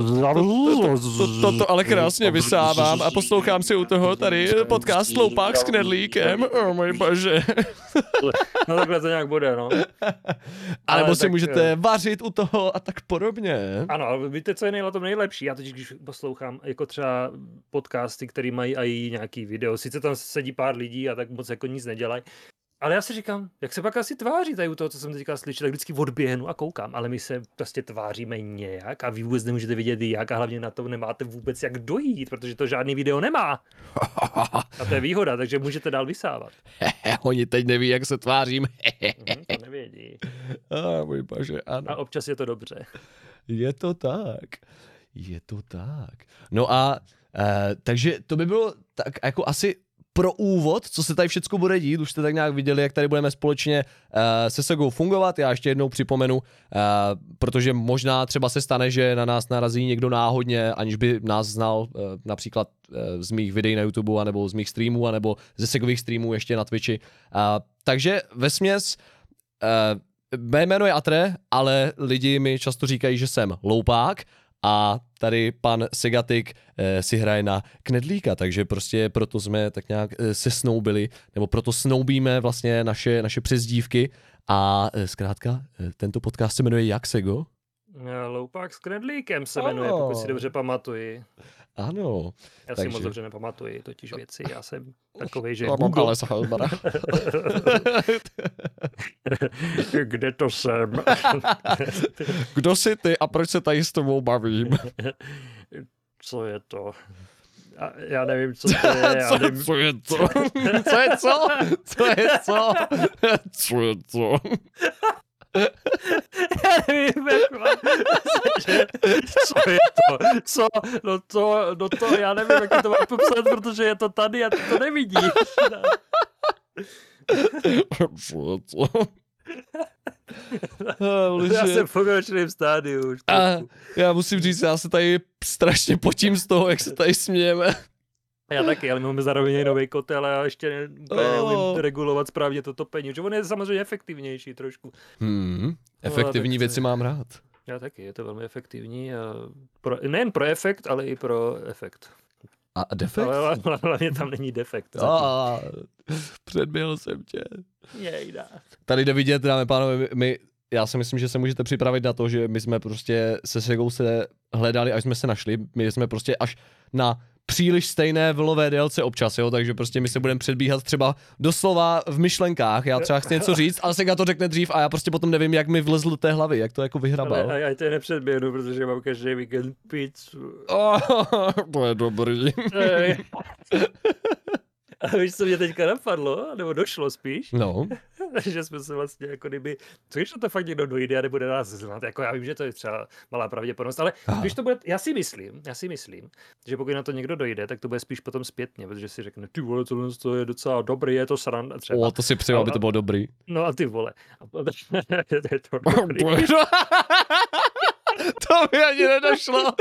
To ale krásně vysávám a poslouchám si u toho tady podcast Loupák s knedlíkem. Můj bože. No takhle to nějak bude, no. A nebo si můžete vařit u toho a tak podobně. Ano, ale víte, co je na tom nejlepší? Já teď, když poslouchám jako třeba podcasty, které mají i nějaký video, sice tam sedí pár lidí a tak moc jako nic nedělají, ale já si říkám, jak se pak asi tváří tady u toho, co jsem teďka slyšel, tak vždycky odběhnu a koukám, ale my se prostě tváříme nějak a vy vůbec nemůžete vidět jak a hlavně na to nemáte vůbec jak dojít, protože to žádný video nemá. A to je výhoda, takže můžete dál vysávat. Oni teď neví, jak se tvářím. To nevědí. Můj bože, ano. A občas je to dobře. Je to tak. No a takže to by bylo tak jako asi pro úvod, co se tady všecko bude dít, už jste tak nějak viděli, jak tady budeme společně se Segou fungovat. Já ještě jednou připomenu, protože možná třeba se stane, že na nás narazí někdo náhodně, aniž by nás znal například z mých videí na YouTube, anebo z mých streamů, anebo ze Segových streamů ještě na Twitchi. Takže vesměs mé jméno je Atre, ale lidi mi často říkají, že jsem Loupák. A tady pan Segatik si hraje na knedlíka, takže prostě proto jsme tak nějak se snoubili, nebo proto snoubíme vlastně naše přezdívky a zkrátka tento podcast se jmenuje jak, Sego? Loupák s knedlíkem se jmenuje, pokud si dobře pamatuji. Ano. Já si moc dobře nepamatuji totiž věci, já jsem takovej, že Mám Google. Alzheimera. Kde to jsem? Kdo jsi ty a proč se tady s tebou bavím? Co je to? Já nevím, co to je. Já nevím. Co je to? Co je co? Co je co? Co je co? Já nevím, co je to? Co? No to, já nevím, jak to mám popsat, protože je to tady a ty to nevidíš. Co je co? Já jsem v pokročilém stádiu už. Já musím říct, já se tady strašně potím z toho, jak se tady smějeme. Já taky, ale máme zároveň nový kotel a já ještě neumím regulovat správně to topení, že on je samozřejmě efektivnější trošku. Efektivní věci mám rád. Já taky, je to velmi efektivní. Nejen pro efekt, ale i pro efekt. A defekt? Ale hlavně tam není defekt. Předběhl jsem tě. Jejda. Tady jde vidět, dáme pánové, já si myslím, že se můžete připravit na to, že my jsme prostě se Segou se hledali, až jsme se našli. My jsme prostě až na příliš stejné vlnové délce občas, jo, takže prostě my se budeme předbíhat třeba doslova v myšlenkách, já třeba chci něco říct, ale Sega to řekne dřív a já prostě potom nevím, jak mi vlezl do té hlavy, jak to jako vyhrabal. Ale já tě nepředběhnu, protože mám každý víkend pizzu. To je dobrý. A víš, co mě teďka napadlo, nebo došlo spíš? No. Že jsme se vlastně jako kdyby, co když to fakt někdo dojde a nebude nás znát, jako já vím, že to je třeba malá pravděpodobnost, ale když to bude, já si myslím, že pokud na to někdo dojde, tak to bude spíš potom zpětně, protože si řekne, ty vole, to je docela dobrý, je to sranda třeba. To si přeju, aby to bylo dobrý. No a ty vole. Je to dobrý. To mi ani nedošlo.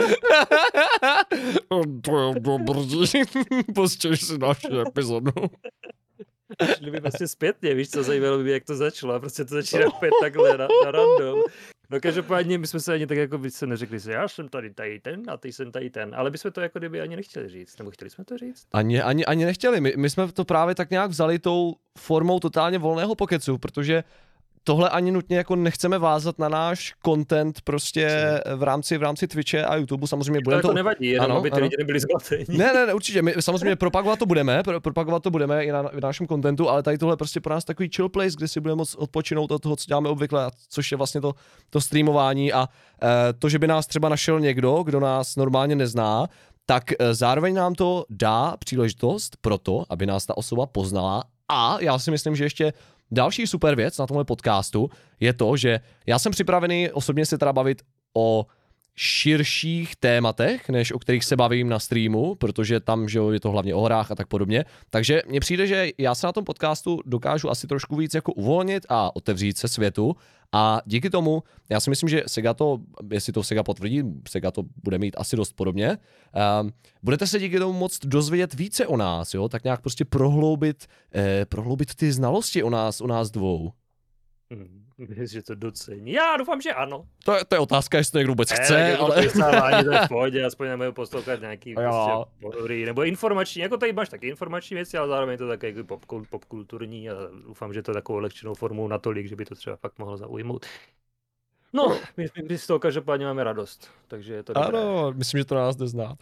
To je dobrý. Postěž si naši epizodu. Šli by vlastně zpětně, víš co, zajímalo by, jak to začalo, a prostě to začíná opět takhle na random. No každopádně my jsme se ani tak jako by se neřekli, že já jsem tady ten a ty jsem tady ten, ale bychom to jako kdyby ani nechtěli říct, nebo chtěli jsme to říct? Ani nechtěli, my jsme to právě tak nějak vzali tou formou totálně volného pokecu, protože tohle ani nutně jako nechceme vázat na náš content prostě v rámci Twitche a YouTube, samozřejmě budeme to nevadí, jenom aby ty lidi nebyli zmatení. Ne, určitě, my samozřejmě propagovat to budeme i na našem contentu, ale tady tohle prostě pro nás takový chill place, kde si budeme moct odpočinout od toho, co děláme obvykle, což je vlastně to streamování a to, že by nás třeba našel někdo, kdo nás normálně nezná, tak zároveň nám to dá příležitost pro to, aby nás ta osoba poznala a já si myslím, že ještě další super věc na tomhle podcastu je to, že já jsem připravený osobně se teda bavit o širších tématech, než o kterých se bavím na streamu, protože tam, že je to hlavně o hrách a tak podobně. Takže mně přijde, že já se na tom podcastu dokážu asi trošku víc jako uvolnit a otevřít se světu a díky tomu, já si myslím, že Sega to, jestli to Sega potvrdí, Sega to bude mít asi dost podobně, budete se díky tomu moct dozvědět více o nás, jo, tak nějak prostě prohloubit ty znalosti o nás dvou. Myslím, že to docení. Já doufám, že ano. To je otázka, jestli to někdo vůbec chce, ale... To je v pohodě, aspoň nebudeme poslouchat nějaký prostě nebo informační, jako tady máš taky informační věci, ale zároveň to také jako popkulturní a doufám, že to je takovou lehčenou formou natolik, že by to třeba fakt mohlo zaujmout. No, my z toho každopádně máme radost, takže je to dobré. Ano, myslím, že to nás nezná.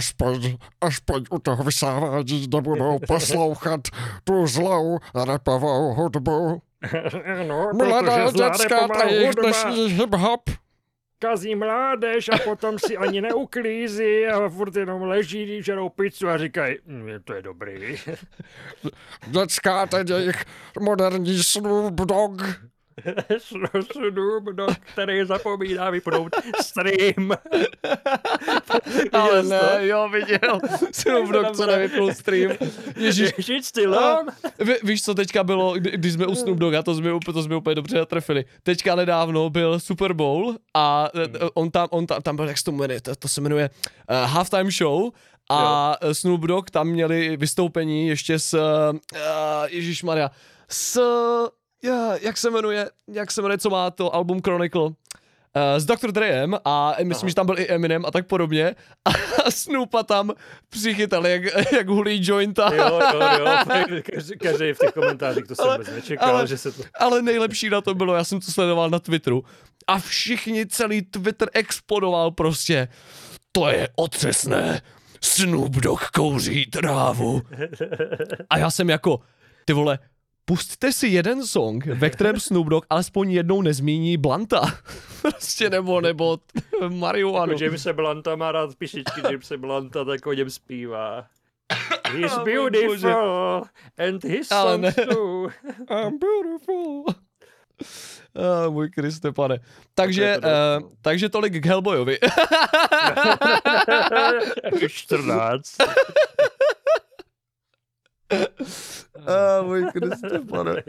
Aspoň u toho vysávání nebudou poslouchat tu zlou rapovou hudbu. No, mladá děcka a jejich dnešní hip-hop. Kazí mládež a potom si ani neuklízí a furt jenom leží, žerou pizzu a říkají, to je dobrý. Děcka a jejich moderní Snoop Dogg. Snoop Dogg, který zapomíná vypnout stream. Ale ne, jo, viděl. Snoop Dogg, co nevypnul stream. Ježiš, ty lom. Víš, co teďka bylo, když jsme u Snoop Dogga, to jsme úplně dobře natrefili. Teďka nedávno byl Super Bowl a on tam byl, jak se to jmenuje, to se jmenuje Halftime Show. A Snoop Dogg tam měli vystoupení ještě s ježišmarja, jak se jmenuje, co má to album Chronicle? s Dr. Dreem a myslím, že tam byl i Eminem a tak podobně a Snoopa tam přichytali, jak hulí jointa. Jo, každý v těch komentářích, to jsem vůbec nečekal, že se to... Ale nejlepší na to bylo, já jsem to sledoval na Twitteru a všichni, celý Twitter explodoval prostě. To je otřesné, Snoop Dogg kouří trávu. A já jsem jako, ty vole, pusťte si jeden song, ve kterém Snoop Dogg alespoň jednou nezmíní blanta. Prostě nebo marihuanu. Jako Jamese Blunta má rád píšičky Jamese Blunta, tak o něm zpívá. He's beautiful and his songs too. I'm beautiful. Můj Kriste, pane. Takže tolik k Hellboyovi. 14. Můj Kriste, pane.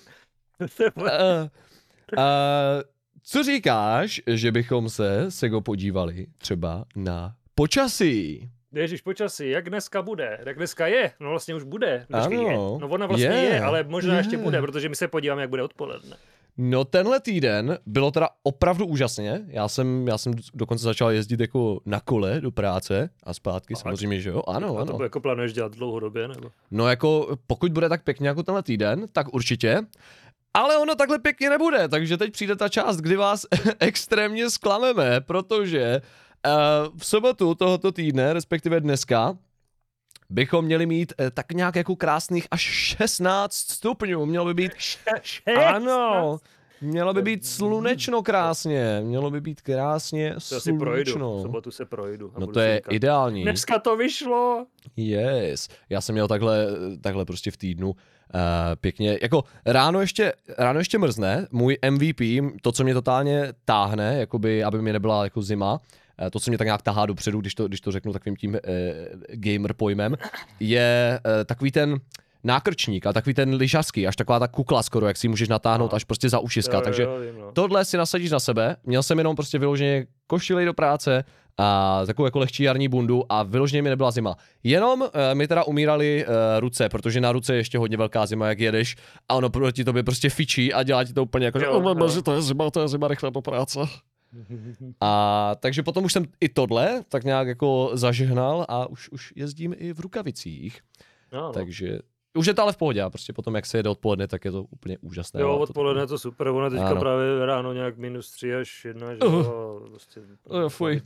Co říkáš, že bychom se, Sego, podívali třeba na počasí? Ježiš, počasí, jak dneska bude? Jak dneska je? No vlastně už bude. Ano, no ona vlastně je, ale možná ještě bude, protože my se podíváme, jak bude odpoledne. No tenhle týden bylo teda opravdu úžasně. Já jsem dokonce začal jezdit jako na kole do práce a zpátky, samozřejmě, že jo? Ano, a to jako plánuješ dělat dlouhodobě, nebo? No jako pokud bude tak pěkně jako tenhle týden, tak určitě. Ale ono takhle pěkně nebude, takže teď přijde ta část, kdy vás extrémně zklameme, protože v sobotu tohoto týdne, respektive dneska, bychom měli mít tak nějak jako krásných až 16 stupňů. Mělo by být... Ano, mělo by být slunečno krásně. Mělo by být krásně slunečno. V sobotu se projdu. No to je ideální. Dneska to vyšlo. Yes. Já jsem měl takhle prostě v týdnu pěkně, jako ráno ještě mrzne, můj MVP, to, co mě totálně táhne, jakoby, aby mě nebyla jako zima, to, co mě tak nějak tahá dopředu, když to řeknu takovým tím gamer pojmem, je takový ten nákrčník a takový ten lyžařský, až taková ta kukla skoro, jak si můžeš natáhnout až prostě za ušiska, takže tohle si nasadíš na sebe, měl jsem jenom prostě vyloženě košili do práce a takovou jako lehčí jarní bundu a vyloženě mi nebyla zima. Jenom mi teda umíraly ruce, protože na ruce je ještě hodně velká zima, jak jedeš a ono proti tobě prostě fičí a dělá ti to úplně jako, že to je zima, rychle po práci. A takže potom už jsem i tohle tak nějak jako zažehnal a už jezdím i v rukavicích. No. Takže už je to ale v pohodě, prostě potom, jak se jede odpoledne, tak je to úplně úžasné. Jo, odpoledne je to super, ono teďka právě ráno nějak -3 až 1, že jo, prostě fuj.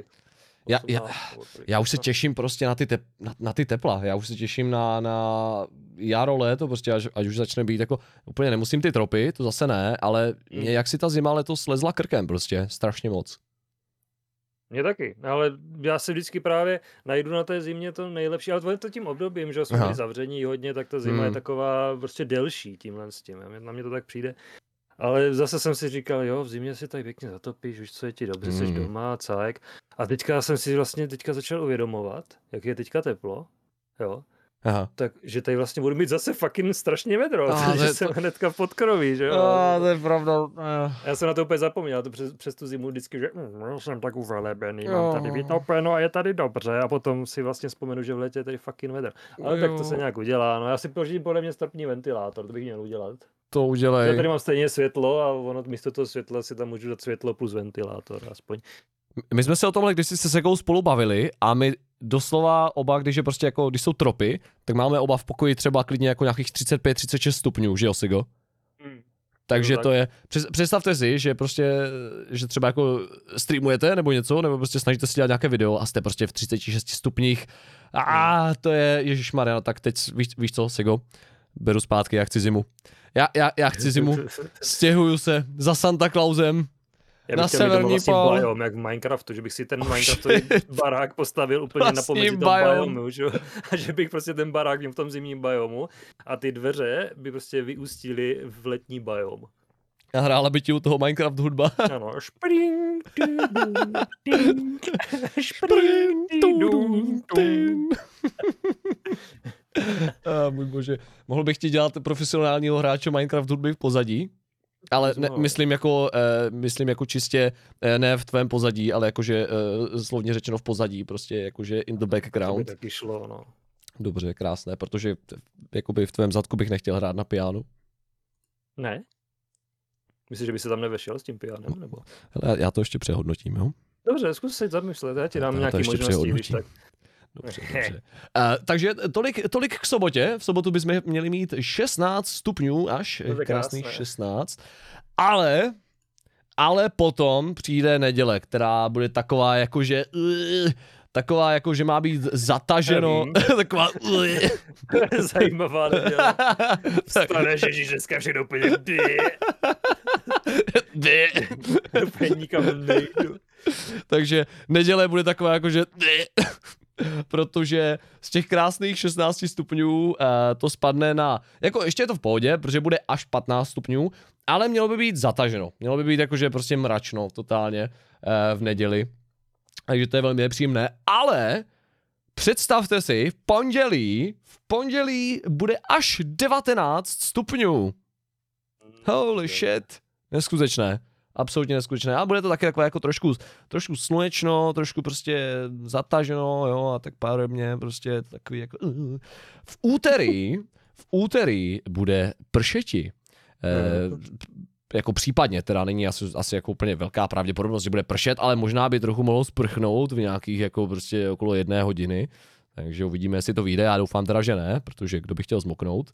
Já už se těším prostě na ty tepla, já už se těším na jaro, léto, prostě až už začne být jako, úplně nemusím ty tropy, to zase ne, ale mě jak si ta zima letos slezla krkem prostě, strašně moc. Mně taky, ale já si vždycky právě najdu na té zimě to nejlepší, ale to je to tím obdobím, že jsme byli zavření hodně, tak ta zima je taková prostě delší tímhle s tím, na mě to tak přijde. Ale zase jsem si říkal, jo, v zimě si tady pěkně zatopíš, víš, co je ti dobře, jsi doma, cájek. A teďka jsem si vlastně začal uvědomovat, jak je teďka teplo, jo. Aha. Takže tady vlastně budu mít zase fucking strašně vedro, takže jsem hnedka v podkroví, že jo. To je pravda. Já jsem na to úplně zapomněl, to přes tu zimu vždycky, že jsem tak uvelebený, mám tady vytopeno a je tady dobře a potom si vlastně vzpomenu, že v létě je tady fucking vedro. Ale tak to se nějak udělá, no já si pořídím podle mě strpný ventilátor, to bych měl udělat. To udělej. Já tady mám stejně světlo a ono místo toho světla si tam můžu dát světlo plus ventilátor aspoň. My jsme se o tomhle kdysi se Segou spolu bavili a my doslova oba, když jsou tropy, tak máme oba v pokoji třeba klidně jako nějakých 35-36 stupňů, že jo, Sego? Takže to je, představte si, že prostě, že třeba jako streamujete nebo něco, nebo prostě snažíte si dělat nějaké video a jste prostě v 36 stupních a to je, ježišmarja, tak teď víš co, Sego, beru zpátky, já chci zimu. Já chci zimu, stěhuju se za Santa Clausem. Já bych chtěl mít vlastně biom, jak v Minecraftu, že bych si ten Minecraftový barák postavil úplně na pomezí toho biomu, že? A že bych prostě ten barák měl v tom zimním biomu a ty dveře by prostě vyústily v letní biom. A hrála by ti u toho Minecraft hudba. Ano, špring, špring, můj bože, mohl bych ti dělat profesionálního hráče Minecraft hudby v pozadí? Ale ne, myslím jako čistě ne v tvém pozadí, ale jakože slovně řečeno v pozadí, prostě jakože in the background. To by taky šlo, no. Dobře, krásné, protože jakoby v tvém zadku bych nechtěl hrát na pianu. Ne? Myslíš, že by se tam nevešel s tím pijánem, nebo? Hele, já to ještě přehodnotím, jo? Dobře, zkus si zamyslet, já ti dám Já to nějaký ještě možnosti, když přehodnotím. tak. Dobře. Takže tolik k sobotě. V sobotu bychom měli mít 16 stupňů až, To je krásných krásné. 16. Ale potom přijde neděle, která bude taková jako, že má být zataženo. Taková Zajímavá neděle. Vstaneš, ježiš, dneska všechno úplně úplně nikam nejdu. Takže neděle bude taková jako, že protože z těch krásných 16 stupňů to spadne na, jako ještě je to v pohodě, protože bude až 15 stupňů, ale mělo by být zataženo. Mělo by být jakože prostě mračno totálně v neděli. Takže to je velmi nepříjemné, ale představte si, v pondělí bude až 19 stupňů. Holy shit. Neskutečné. Absolutně neskutečné. A bude to taky takové jako trošku slunečno, trošku prostě zataženo, jo, a tak podobně, prostě takový jako... V úterý bude pršeti. Jako případně, teda není asi jako úplně velká pravděpodobnost, že bude pršet, ale možná by trochu mohlo sprchnout v nějakých jako prostě okolo 1 hodiny. Takže uvidíme, jestli to vyjde. Já doufám teda, že ne, protože kdo by chtěl zmoknout,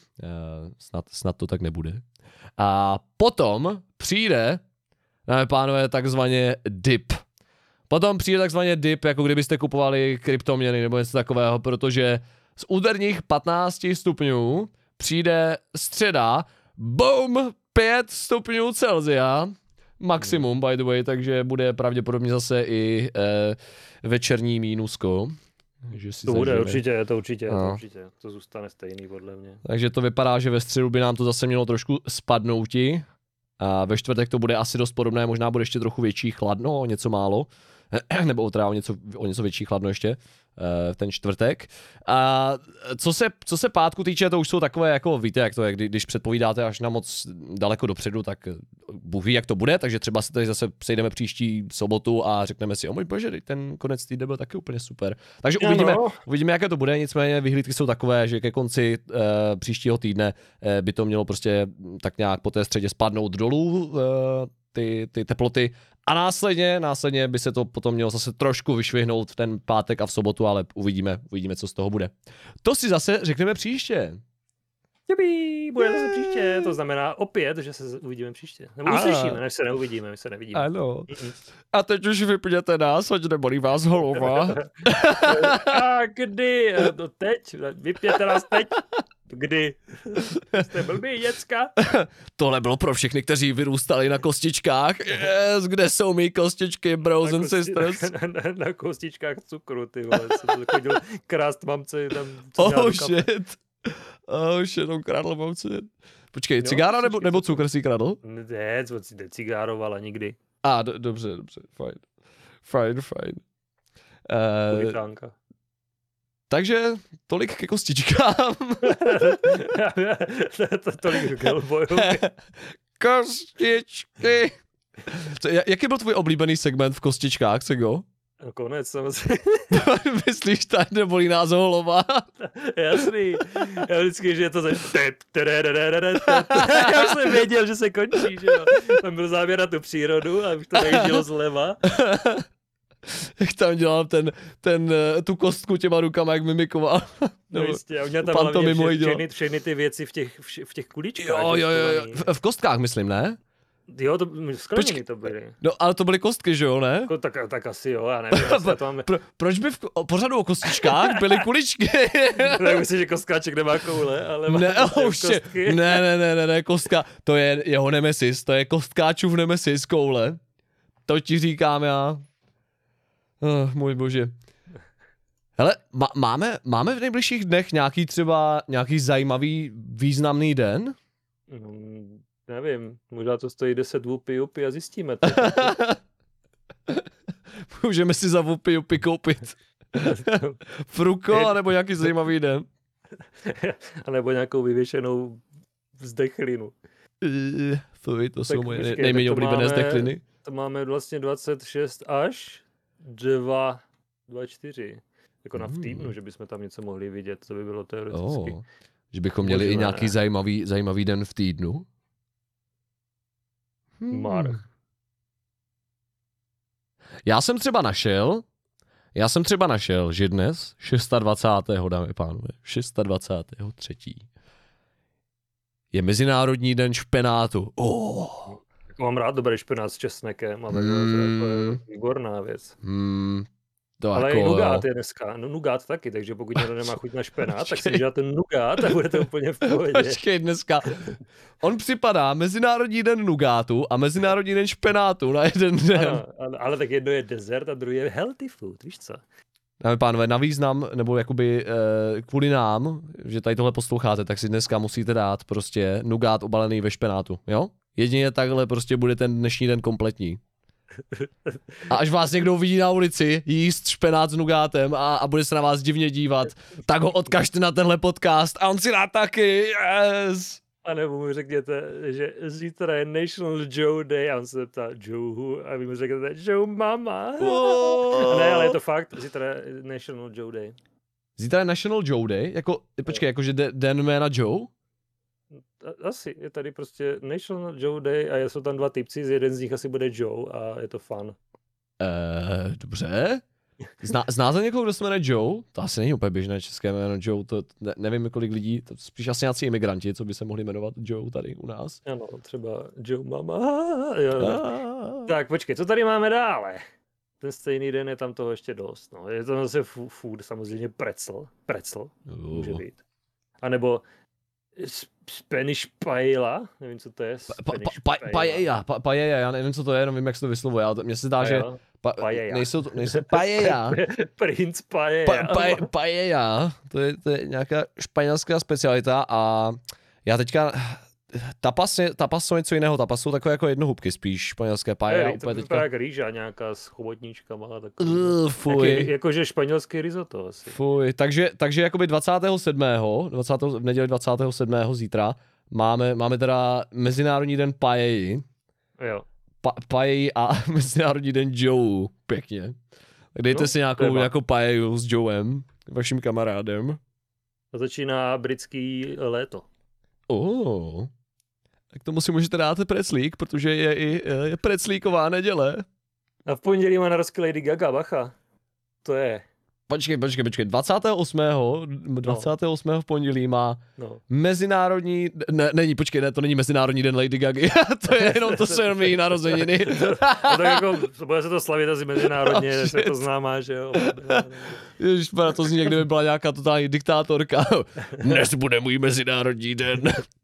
snad to tak nebude. A potom přijde, dáme pánové, takzvaně dip. Potom přijde takzvaně dip, jako kdybyste kupovali kryptoměny nebo něco takového, protože z úterních 15 stupňů přijde středa, boom, 5 stupňů Celsia, maximum by the way, takže bude pravděpodobně zase i večerní mínusko. To bude určitě, to zůstane stejný podle mě. Takže to vypadá, že ve středu by nám to zase mělo trošku spadnouti. A ve čtvrtek to bude asi dost podobné, možná bude ještě trochu větší chladno, něco málo, nebo třeba o něco větší chladno ještě v ten čtvrtek. A co se pátku týče, to už jsou takové, jako víte, jak to je, když předpovídáte až na moc daleko dopředu, tak Bůh ví, jak to bude, takže třeba se tady zase sejdeme příští sobotu a řekneme si, o můj bože, ten konec týdne byl taky úplně super. Takže uvidíme, jaké to bude, nicméně vyhlídky jsou takové, že ke konci příštího týdne by to mělo prostě tak nějak po té středě spadnout dolů, ty teploty, a následně by se to potom mělo zase trošku vyšvihnout v ten pátek a v sobotu, ale uvidíme, co z toho bude. To si zase řekneme příště. Jubi, bude zase příště, to znamená opět, že se uvidíme příště. Nebo uslyšíme, než se neuvidíme, my se nevidíme. Ano. A teď už vypněte nás, ať nebolí vás holova. A kdy? No teď? Vypněte nás teď? Kdy? Jste blbý, děcka? Tohle bylo pro všechny, kteří vyrůstali na kostičkách. Yes, kde jsou mý kostičky, bros and sisters? Na kostičkách cukru, ty vole. Jsem chodil krást mamce tam. Oh shit, on kradl mamce. Počkej, cigára nebo cukr si kradl? Ne, on si necigárovala nikdy. Dobře, fajn. Takže tolik ke kostičkám. Tolik k Hellboyu. Kostičky. Jaký byl tvůj oblíbený segment v kostičkách, Sego? Konec, samozřejmě. Myslíš, tady nebolí nás holova? Jasný. Já vždycky, že je to za... Já už jsem věděl, že se končí, že jo. Tam byl závěr na tu přírodu a už to nejíždělo zleva. Jak tam dělal tu kostku těma rukama, jak mimikoval. No jistě, a měl tam hlavně všechny ty věci v těch kuličkách. Jo, v kostkách myslím, ne? Jo, skleněný to byly. No, ale to byly kostky, že jo, ne? Tak asi jo, já nevím. Proč by v pořadu o kostičkách byly kuličky? Tak myslím, že kostkáček nemá koule, ale má kostky. Ne, kostka, to je jeho nemesis, to je kostkáčův nemesis, koule. To ti říkám já. Můj bože. Hele, máme v nejbližších dnech nějaký zajímavý, významný den? Nevím, možná to stojí 10 whoopy a zjistíme to. Můžeme si za whoopy koupit fruko, anebo nějaký zajímavý den. A nebo nějakou vyvěšenou zdechlinu. To jsou moje nejméně oblíbené zdechliny. To máme vlastně 26 až 24. Jako v týdnu, že bychom tam něco mohli vidět, to by bylo teoreticky. Že bychom měli i nějaký zajímavý den v týdnu. March. Já jsem třeba našel, že dnes, 26. dámy a pánové, 26.3. je Mezinárodní den špenátu. Jako mám rád dobrý špenát s česnekem a takhle, to je výborná věc. To Ale jako, i nugát je dneska, no nugát taky, takže pokud někdo nemá chuť na špenát, tak si uděláte nugát a budete úplně v pohodě. Počkej, dneska, on připadá Mezinárodní den nugátu a Mezinárodní den špenátu na jeden den. Ano, ale tak jedno je dessert a druhý je healthy food, víš co? Dámy pánové, na význam, nebo jakoby kvůli nám, že tady tohle posloucháte, tak si dneska musíte dát prostě nugát obalený ve špenátu, jo? Jedině takhle prostě bude ten dnešní den kompletní. A až vás někdo uvidí na ulici jíst špenát s nugátem a bude se na vás divně dívat, tak ho odkažte na tenhle podcast a on si dá taky, yes! A nebo mu řekněte, že zítra je National Joe Day a on se ptá Joe who? A vy mu řeknete Joe mama. Ne, ale je to fakt, zítra je National Joe Day. Zítra je National Joe Day? Jako, počkej, jakože den jména Joe? Asi, je tady prostě National Joe Day a jsou tam dva typci, jeden z nich asi bude Joe a je to fun. Dobře. Znáte někoho, kdo se jmenuje Joe? To asi není úplně běžné české jméno Joe, to nevím, kolik lidí, to spíš asi nějací imigranti, co by se mohli jmenovat Joe tady u nás. Ano, třeba Joe mama. Jo. Tak počkej, co tady máme dále? Ten stejný den je tam toho ještě dost. No. Je to zase food, samozřejmě pretzel může být. A nebo Spanish paella, nevím, co to je. Paella, já nevím, co to je, jenom vím, jak se to vyslovuje, ale mně se zdá, že nejsou paella. Prince paella. Paella, to je nějaká španělská specialita a já teďka tapas jsou něco jiného, tapas jsou takové jako jednohubky spíš, španělské paella. To vypadá jak rýža nějaká s chobotníčkama. Fuj. Jakože španělský risotto asi. Fuj, takže jakoby 27. v neděli 27. zítra máme teda Mezinárodní den paelly. Jo. Paelly a Mezinárodní den Joe, pěkně. Tak dejte si nějakou paellu s Joem, vaším kamarádem. A začíná britský léto. Tak tomu si můžete dát preclík, protože je i preclíková neděle. A v pondělí má narazky Lady Gaga, bacha. To je. Počkej. 28. v pondělí má mezinárodní, to není mezinárodní den Lady Gagy, to jsou jenom její narozeniny. Tak jako, bude se to slavit asi mezinárodně, se to známá, že jo. Ježišmarja, to zní, někde by byla nějaká totální diktátorka. Dnes bude můj mezinárodní den.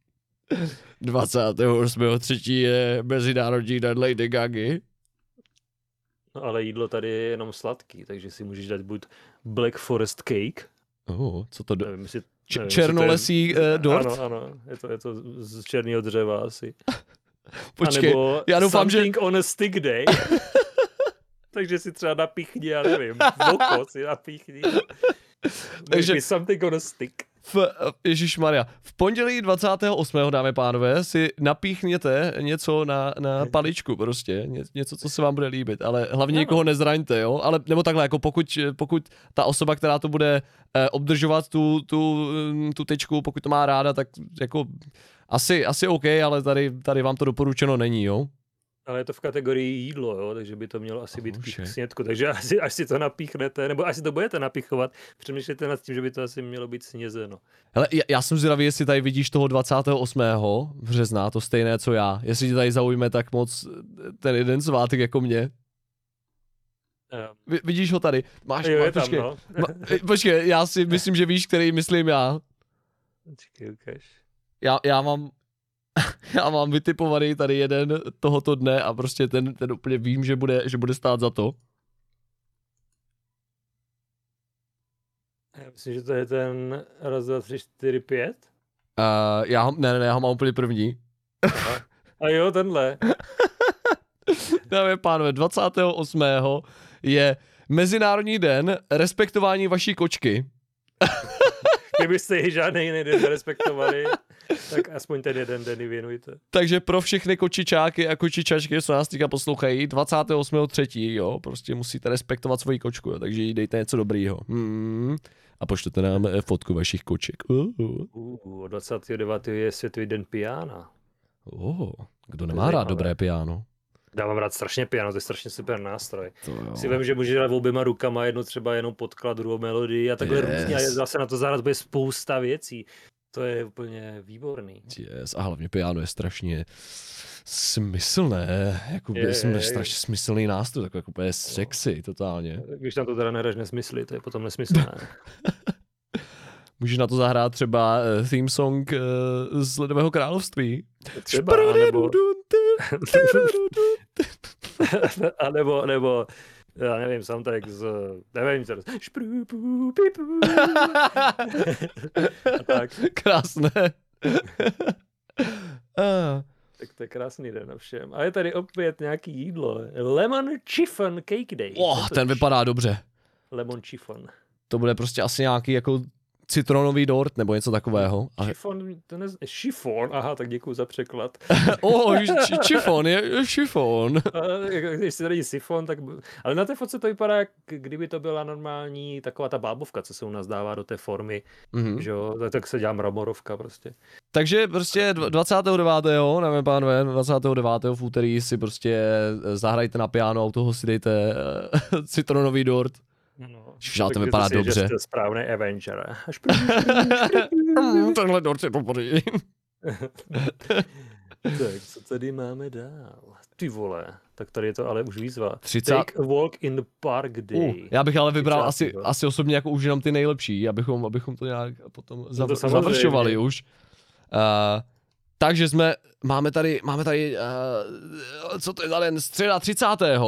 28.3. je mezinárodní den Lady Gagy. No ale jídlo tady je jenom sladký, takže si můžeš dát buď Black Forest Cake. Co to nevím, černolesí dort? Ano, je to z černého dřeva asi. Počkej, a nebo já doufám, Something on a Stick Day. Takže si třeba napíchni, já nevím, oko si napíchni. Takže Something on a Stick. Ježišmarja, v pondělí 28. dámy pánové si napíchněte něco na paličku prostě, něco, co se vám bude líbit, ale hlavně nikoho nezraňte, jo, ale nebo takhle, jako pokud ta osoba, která to bude obdržovat tu tečku, pokud to má ráda, tak jako asi OK, ale tady vám to doporučeno není, jo. Ale je to v kategorii jídlo, jo, takže by to mělo asi být k snědku. Takže až si to napíchnete, nebo až si to budete napichovat, přemýšlejte nad tím, že by to asi mělo být snězeno. Hele, já jsem zvědavý, jestli tady vidíš toho 28. března, to stejné, co já. Jestli tě tady zaujme tak moc ten jeden svátek jako mě. Vidíš ho tady? Počkej, já si myslím, že víš, který myslím já. Počkej, ukaž. Já mám vytipovaný tady jeden tohoto dne a prostě ten úplně vím, že bude stát za to. Já myslím, že to je ten 1, 2, 3, 4, 5. Já ho mám úplně první. A jo, tenhle. Dámy a pánové, 28. je Mezinárodní den respektování vaší kočky. Kdybyste ji žádný jiný den nerespektovali, tak aspoň ten jeden den ji věnujte. Takže pro všechny kočičáky a kočičačky, co nás teďka poslouchají, 28.3. jo, prostě musíte respektovat svoji kočku, jo, takže jí dejte něco dobrýho. A pošlete nám fotku vašich koček. 29. je Světový den piana. Kdo nemá rád dobré piano? Já mám rád strašně piano, to je strašně super nástroj. To Si vím, že můžeš dělat oběma rukama, jedno třeba jenom podklad, druhou melodii a takhle různě a zase na to zahrát bude spousta věcí. To je úplně výborný. Yes. A hlavně piano je strašně smyslné, jako strašně smyslný nástroj, takový jako úplně sexy totálně. Když tam to teda nehraš nesmysly, to je potom nesmyslné. Můžeš na to zahrát třeba theme song z Ledového království. Třeba, nebo já nevím, soundtrack z, nevím, co tak. Krásné. Tak to je krásný den na všem. A je tady opět nějaký jídlo. Lemon chiffon cake day. Ten vypadá dobře. Lemon chiffon. To bude prostě asi nějaký jako citronový dort nebo něco takového. Chiffon, šifon, aha, tak děkuju za překlad. Chiffon je šifon. Když si tady sifon, tak... Ale na té fotce to vypadá, jak kdyby to byla normální taková ta bábovka, co se u nás dává do té formy, že jo, tak se dělá mramorovka prostě. Takže prostě 29. nevím pánové, 29. v úterý si prostě zahrajte na piano, u toho si dejte citronový dort. No, to vypadá dobře. Že jste správný Avenger. Tenhle dort je dobrý. Tak, co tady máme dál? Ty vole, tak tady je to ale už výzva. 30... Take a walk in the park day. Já bych ale vybral asi osobně jako už jenom ty nejlepší, abychom to nějak potom završovali už. Takže máme tady co to je za den? Středa 30.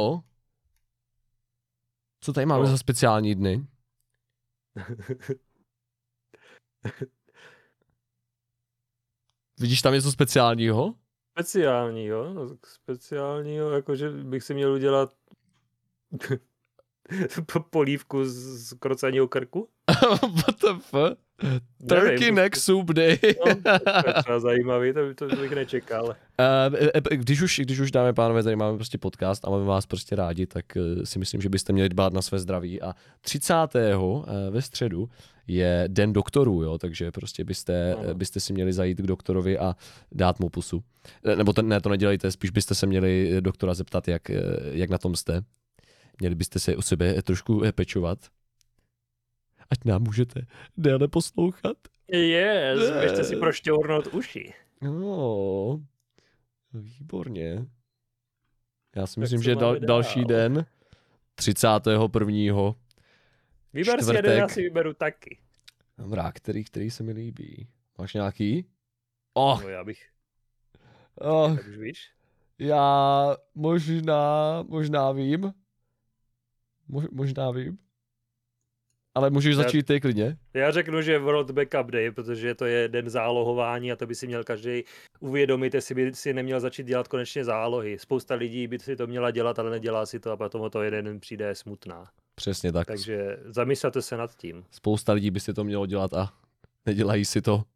Co tady máme za speciální dny? Vidíš tam něco speciálního? Speciálního, jakože bych si měl udělat polívku z kroceného krku. What the fuck? Turkey neck soup day. To je třeba zajímavý, to bych nečekal. Když už dáme pánové, tady máme prostě podcast a máme vás prostě rádi, tak si myslím, že byste měli dbát na své zdraví. A 30. ve středu je den doktorů, jo, takže prostě byste si měli zajít k doktorovi a dát mu pusu. Nebo to nedělejte, spíš byste se měli doktora zeptat, jak na tom jste. Měli byste se o sebe trošku pečovat. Ať nám můžete déle poslouchat. Yes, běžte si prošťournout uši. No, výborně. Já si myslím, že další den, 31. Vyber si jeden, já si vyberu taky. Dobrá, který se mi líbí. Máš nějaký? No já bych. Tak už víš? Já možná vím. Možná vím. Ale můžeš začít ty klidně. Já řeknu, že World Backup Day, protože to je den zálohování a to by si měl každý uvědomit, jestli by si neměl začít dělat konečně zálohy. Spousta lidí by si to měla dělat, ale nedělá si to a potom to jeden přijde smutná. Přesně tak. Takže zamyslete se nad tím. Spousta lidí by si to mělo dělat a nedělají si to.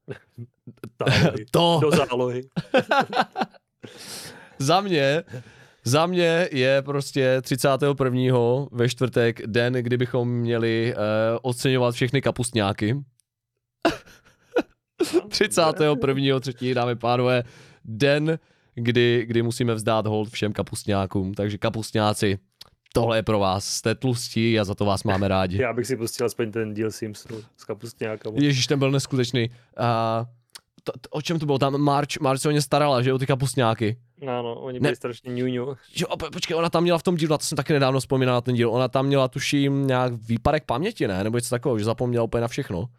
Do zálohy. Za mě je prostě 31. ve čtvrtek den, kdy bychom měli oceňovat všechny kapustňáky. 31. třetí, dámy pánové, den, kdy musíme vzdát hold všem kapustňákům. Takže kapustňáci, tohle je pro vás. Jste tlustí a za to vás máme rádi. Já bych si pustil aspoň ten díl Simpsonu s kapustňákama. Ježíš, ten byl neskutečný. O čem to bylo? Tam Marge se o ně starala, že o ty kapustňáky. Ano, oni byli strašně ňuňu. Jo, počkej, ona tam měla v tom dílu, na to jsem taky nedávno vzpomínal na ten díl, ona tam měla tuším nějak výpadek paměti, ne? Nebo něco takového, že zapomněla úplně na všechno.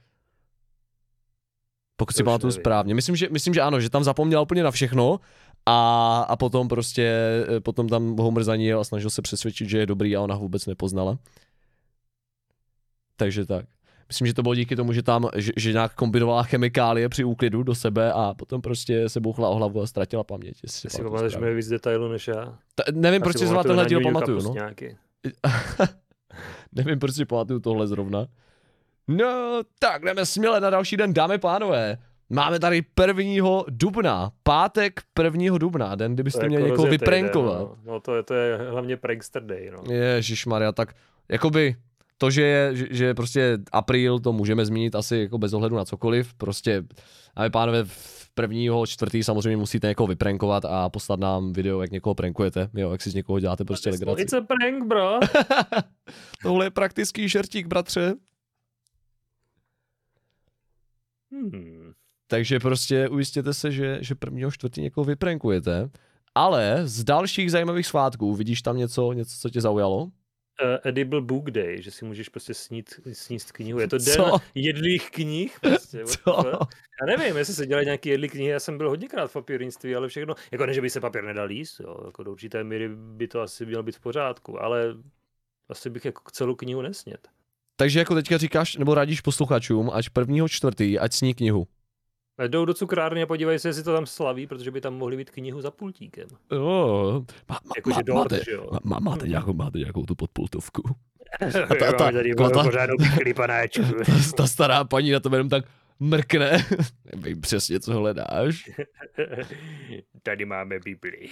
Pokud si pamatuju správně. Myslím, že ano, že tam zapomněla úplně na všechno a potom tam Homer za ní jel a snažil se přesvědčit, že je dobrý a ona ho vůbec nepoznala. Takže tak. Myslím, že to bylo díky tomu, že nějak kombinovala chemikálie při úklidu do sebe a potom prostě se bouchla o hlavu a ztratila paměť. Si pamatuješ mi víc detailů než já. Nevím, proč si zrovna tenhle díl pamatuju. No. Nevím, proč si pamatuju tohle zrovna. No, tak jdeme směle na další den, dámy pánové. Máme tady 1. dubna, pátek 1. dubna, den, kdybyste měli někoho vyprankovat. No to je hlavně prankster day, no. Ježišmarja, tak jakoby to, že prostě apríl, to můžeme zmínit asi jako bez ohledu na cokoliv, prostě, ale pánové, v 1.4. samozřejmě musíte někoho vyprankovat a poslat nám video, jak někoho prankujete, jo, jak si z někoho děláte prostě legraci. It's a prank, bro. Tohle je praktický šertík, bratře. Takže prostě ujistěte se, že 1.4. někoho vyprankujete. Ale z dalších zajímavých svátků, vidíš tam něco, co tě zaujalo? Edible Book Day, že si můžeš prostě sníst knihu. Je to den jedlých knih. Prostě. Co? Já nevím, jestli se dělají nějaké jedlé knihy, já jsem byl hodněkrát v papírnictví, ale všechno, jako ne, že by se papír nedal jíst, jo, jako do určité míry by to asi mělo být v pořádku, ale asi bych jako celou knihu nesnět. Takže jako teďka říkáš, nebo radíš posluchačům, ať 1.4. ať sní knihu. Jdou do cukrárny a podívají se, jestli to tam slaví, protože by tam mohli mít knihu za pultíkem. Máte nějakou tu podpultovku. Ta stará paní na to jenom tak mrkne. Nevím přesně, co hledáš. Tady máme Bibli.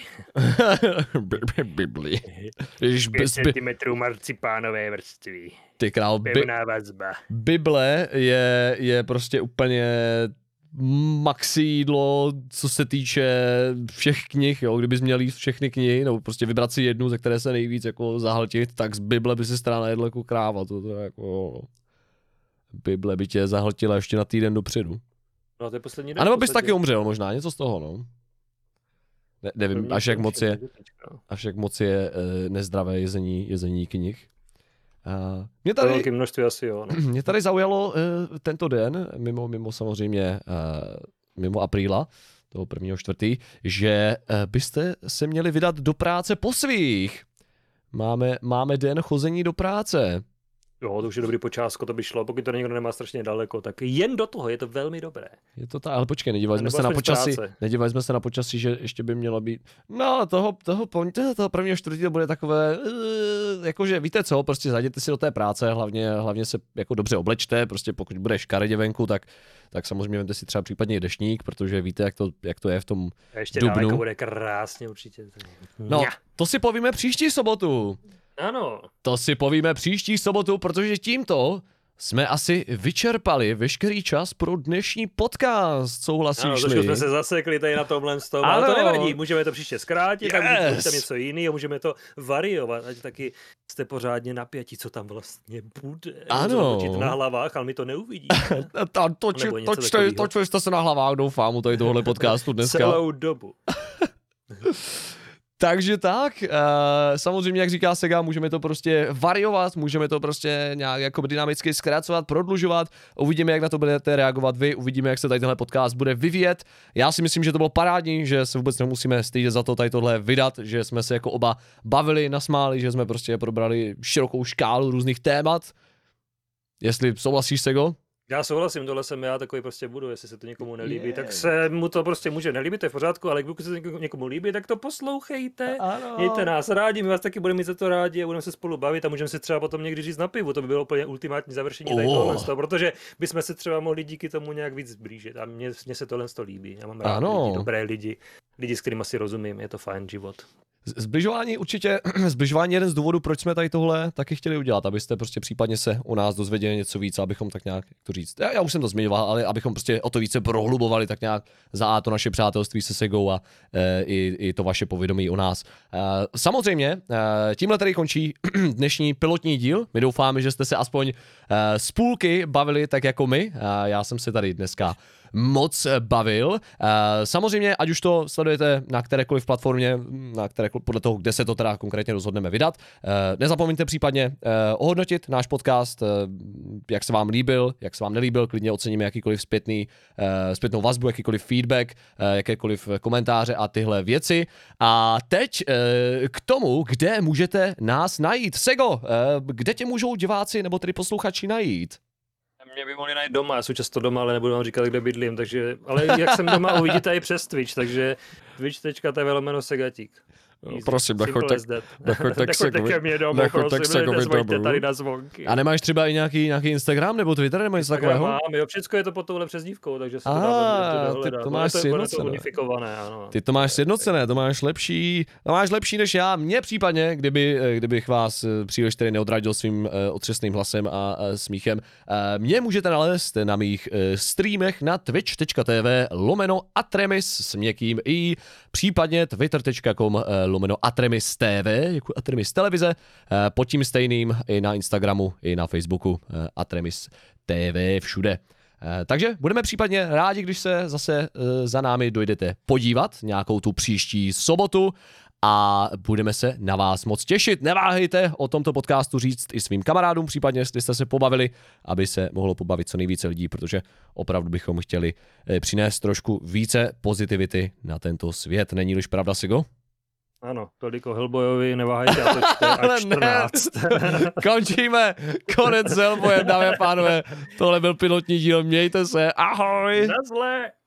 Bibli. 5 cm marcipánové vrstvy. Ty král, pevná vazba. Bible je prostě úplně maxi jídlo, co se týče všech knih, jo, kdybys měl jíst všechny knihy, nebo prostě vybrat si jednu, ze které se nejvíc jako zahltit, tak z Bible by si strana jedla jako kráva, to jako Bible by tě zahltila ještě na týden dopředu. No to je poslední den. A nebo bys taky umřel možná, něco z toho, no. Nevím, až jak moc je nezdravé jezení knih. Mě tady, velké množství asi jo. No. Mě tady zaujalo tento den, mimo samozřejmě, mimo apríla, toho 1.4., že byste se měli vydat do práce po svých. Máme den chození do práce. Jo, to už je dobrý počátko, to by šlo, pokud to někdo nemá strašně daleko, tak jen do toho, je to velmi dobré. Je to tak, ale počkej, nedívali jsme se na počasí, že ještě by mělo být, no toho 1.4. to bude takové, jakože víte co, prostě zajděte si do té práce, hlavně se jako dobře oblečte, prostě pokud bude škaredě venku, tak samozřejmě vemte si třeba případně deštník, protože víte, jak to je v tom a ještě dubnu. daleko bude krásně určitě. No, to si povíme příští sobotu. Ano. To si povíme příští sobotu, protože tímto jsme asi vyčerpali veškerý čas pro dnešní podcast, souhlasíš-li? Ano, trošku jsme se zasekli tady na tomhle z toho, ale to nevadí, můžeme to příště zkrátit, tak můžeme tam něco jiného, můžeme to variovat, ať taky jste pořádně napětí, co tam vlastně bude. Ano. Na hlavách, ale my to neuvidíme. Točili jste se na hlavách, doufám, u tady tohohle podcastu dneska. Celou dobu. Takže tak, samozřejmě, jak říká Sega, můžeme to prostě variovat, můžeme to prostě nějak jako dynamicky zkracovat, prodlužovat, uvidíme, jak na to budete reagovat vy, uvidíme, jak se tady tenhle podcast bude vyvíjet. Já si myslím, že to bylo parádní, že se vůbec nemusíme stydět za to tady tohle vydat, že jsme se jako oba bavili, nasmáli, že jsme prostě probrali širokou škálu různých témat. Jestli souhlasíš, Sego? Já souhlasím, tohle jsem já takový prostě budu, jestli se to někomu nelíbí, tak se mu to prostě může nelíbit, to je v pořádku, ale pokud se to někomu líbí, tak to poslouchejte, mějte nás rádi, my vás taky budeme mít za to rádi a budeme se spolu bavit a můžeme se třeba potom někdy říct na pivu, to by bylo úplně ultimátní završení tady tohle z toho, protože bychom se třeba mohli díky tomu nějak víc zblížit a mně se tohle z toho líbí, já mám rád lidi, dobré lidi, s kterými si rozumím, je to fajn život. Zbližování je jeden z důvodů, proč jsme tady tohle taky chtěli udělat, abyste prostě případně se o nás dozvěděli něco víc, abychom tak nějak, jak to říct, já už jsem to zmiňoval, ale abychom prostě o to více prohlubovali tak nějak za to naše přátelství se Segou a i to vaše povědomí o nás. Samozřejmě, tímhle tady končí dnešní pilotní díl, my doufáme, že jste se aspoň z půlky bavili tak jako my, já jsem se tady dneska moc bavil. Samozřejmě, ať už to sledujete na kterékoliv platformě, podle toho, kde se to teda konkrétně rozhodneme vydat, nezapomeňte případně ohodnotit náš podcast, jak se vám líbil, jak se vám nelíbil, klidně oceníme jakýkoliv zpětnou vazbu, jakýkoliv feedback, jakékoliv komentáře a tyhle věci. A teď k tomu, kde můžete nás najít. Sego, kde tě můžou diváci nebo tedy posluchači najít? Mě by mohli najít doma, já jsem často doma, ale nebudu vám říkat, kde bydlím, takže, ale jak jsem doma, uvidíte i přes Twitch, takže twitch.tv/Segatík. Prosím, nechoďte ke mně domů, prosím, nezvoňte tady na zvonky. A nemáš třeba i nějaký Instagram nebo Twitter nebo něco takového? Mám, jo, všechno je to pod touhle přezdívkou, takže se to dá dohledat. To máš sjednocené. To unifikované, ano. Ty to máš sjednocené, to máš lepší než já. Mně případně, kdybych vás příliš tedy neodradil svým otřesným hlasem a smíchem, mě můžete nalézt na mých streamech na twitch.tv/Atremis s měkkým i, případně twitter.com/Atremis TV, jako Atremis televize, pod tím stejným i na Instagramu, i na Facebooku, Atremis TV všude. Takže budeme případně rádi, když se zase za námi dojdete podívat nějakou tu příští sobotu a budeme se na vás moc těšit. Neváhejte o tomto podcastu říct i svým kamarádům, případně jestli jste se pobavili, aby se mohlo pobavit co nejvíce lidí, protože opravdu bychom chtěli přinést trošku více pozitivity na tento svět. Není-liž pravda, Sigo? Ano, toliko Hellboyovi, neváhejte, a to až 14. Končíme, konec s Hellboyem, dámy a pánové. Tohle byl pilotní díl, mějte se, ahoj. Na zlé.